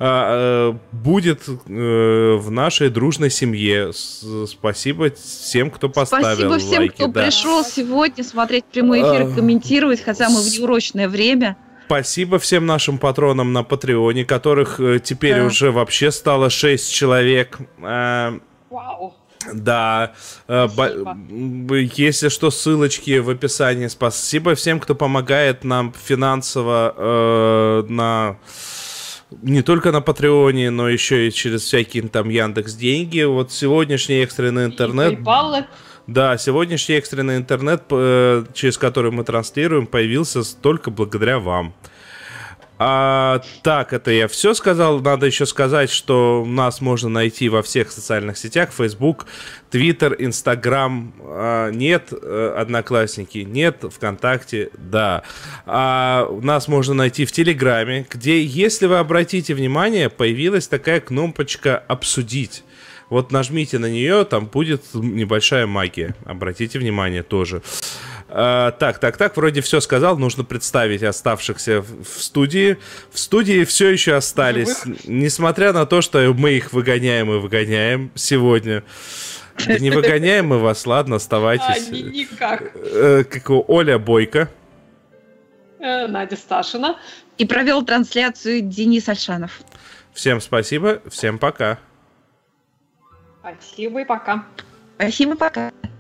будет в нашей дружной семье. Спасибо всем, кто поставил лайки. Спасибо всем, лайки, кто да. пришел сегодня смотреть прямой эфир и комментировать, хотя мы в неурочное время. Спасибо всем нашим патронам на Патреоне, которых э, теперь да. уже вообще стало шесть человек. Э, Вау. Да, э, бо- если что, ссылочки в описании. Спасибо всем, кто помогает нам финансово э, на не только на Патреоне, но еще и через всякие там Яндекс деньги. Вот сегодняшний экстренный интернет... Да, сегодняшний экстренный интернет, через который мы транслируем, появился только благодаря вам. А, так, это я все сказал. Надо еще сказать, что нас можно найти во всех социальных сетях. Facebook, Twitter, Instagram а, нет, Одноклассники нет, ВКонтакте да. А, нас можно найти в Телеграме, где, если вы обратите внимание, появилась такая кнопочка «Обсудить». Вот нажмите на нее, там будет небольшая магия. Обратите внимание тоже. А, так, так, так, вроде все сказал. Нужно представить оставшихся в, в студии. В студии все еще остались. Живых? Несмотря на то, что мы их выгоняем и выгоняем сегодня. Да не выгоняем мы вас, ладно, оставайтесь. А, никак. Как Оля Бойко. Надя Сташина. И провел трансляцию Денис Альшанов. Всем спасибо, всем пока. Спасибо и пока. Спасибо, пока.